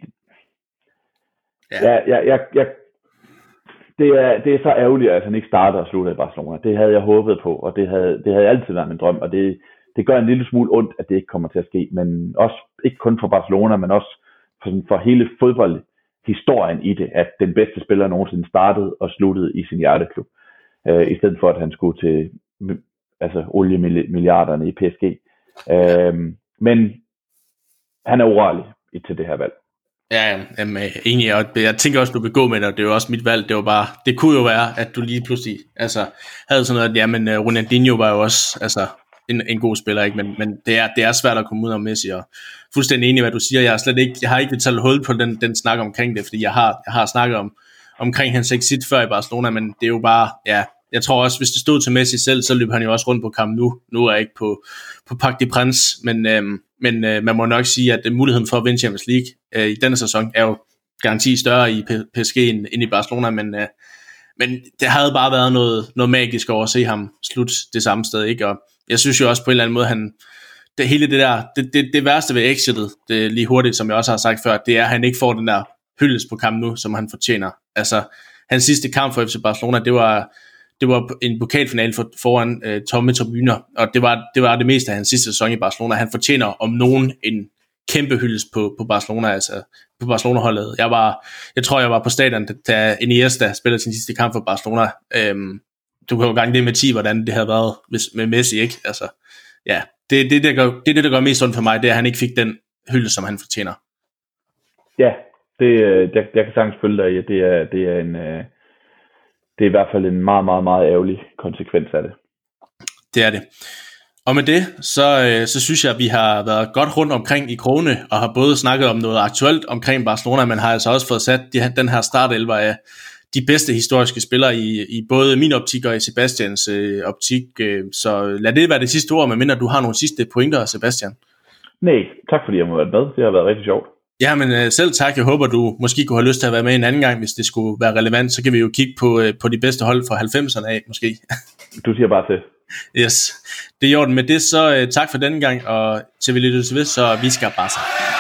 ja. jeg, jeg, jeg, jeg Det er, det er så ærgerligt, at han ikke starter og slutter i Barcelona. Det havde jeg håbet på, og det havde, det havde altid været min drøm, og det, det gør en lille smule ondt, at det ikke kommer til at ske. Men også, ikke kun for Barcelona, men også for, for hele fodboldhistorien i det, at den bedste spiller nogensinde startede og sluttede i sin hjerteklub. Øh, I stedet for, at han skulle til altså, oliemilliarderne i P S G. Øh, men han er urørlig til det her valg. Ja, jamen, egentlig, og jeg tænker også, du vil gå med det, og det er jo også mit valg. Det var bare, det kunne jo være, at du lige pludselig, altså, havde sådan noget, at jamen, Ronaldinho var jo også, altså, en, en god spiller, ikke? Men, men det er, det er svært at komme ud af Messi, og fuldstændig enig i, hvad du siger. Jeg har slet ikke, jeg har ikke taget hul på den, den snak omkring det, fordi jeg har, jeg har snakket om, omkring hans exit før i Barcelona, men det er jo bare, ja, jeg tror også, hvis det stod til Messi selv, så løb han jo også rundt på Camp Nou. Nu er jeg ikke på, på Parc des Princes, men, øhm, men øh, man må nok sige, at muligheden for at vinde Champions League øh, i denne sæson er jo garanti større i P S G end, end i Barcelona, men, øh, men det havde bare været noget, noget magisk over at se ham slut det samme sted, ikke? Og jeg synes jo også på en eller anden måde, han, det hele det der, det, det, det værste ved exitet, det lige hurtigt, som jeg også har sagt før, det er, at han ikke får den der hyldest på Camp Nou, som han fortjener. Altså, hans sidste kamp for F C Barcelona, det var det var en pokalfinale for, foran øh, tomme tribuner, og det var, det var det meste af hans sidste sæson i Barcelona. Han fortjener om nogen en kæmpe hyldest på, på Barcelona, altså på Barcelona-holdet. Jeg var, jeg tror, jeg var på stadion, da Iniesta spillede sin sidste kamp for Barcelona. Øhm, du kan jo gange det med ti, hvordan det havde været hvis, med Messi, ikke? Altså, ja, det, det, det, gør, det er det, der gør mest ondt for mig, det er, at han ikke fik den hyldest, som han fortjener. Ja, det, det, jeg kan sagtens følge dig i, det er, det er en... Øh Det er i hvert fald en meget, meget, meget ærgerlig konsekvens af det. Det er det. Og med det, så, så synes jeg, at vi har været godt rundt omkring i krogene, og har både snakket om noget aktuelt omkring Barcelona, men har altså også fået sat de, den her startelver af de bedste historiske spillere i, i både min optik og i Sebastians øh, optik. Så lad det være det sidste ord, medmindre du har nogle sidste pointer, Sebastian. Nej, tak fordi jeg må være med. Det har været rigtig sjovt. Ja, men øh, selv tak. Jeg håber, du måske kunne have lyst til at være med en anden gang, hvis det skulle være relevant. Så kan vi jo kigge på, øh, på de bedste hold fra halvfemserne af, måske. Du siger bare til. Yes. Det er i orden med det, så øh, tak for denne gang, og til vi lyttes ved, så vi skal bare sammen.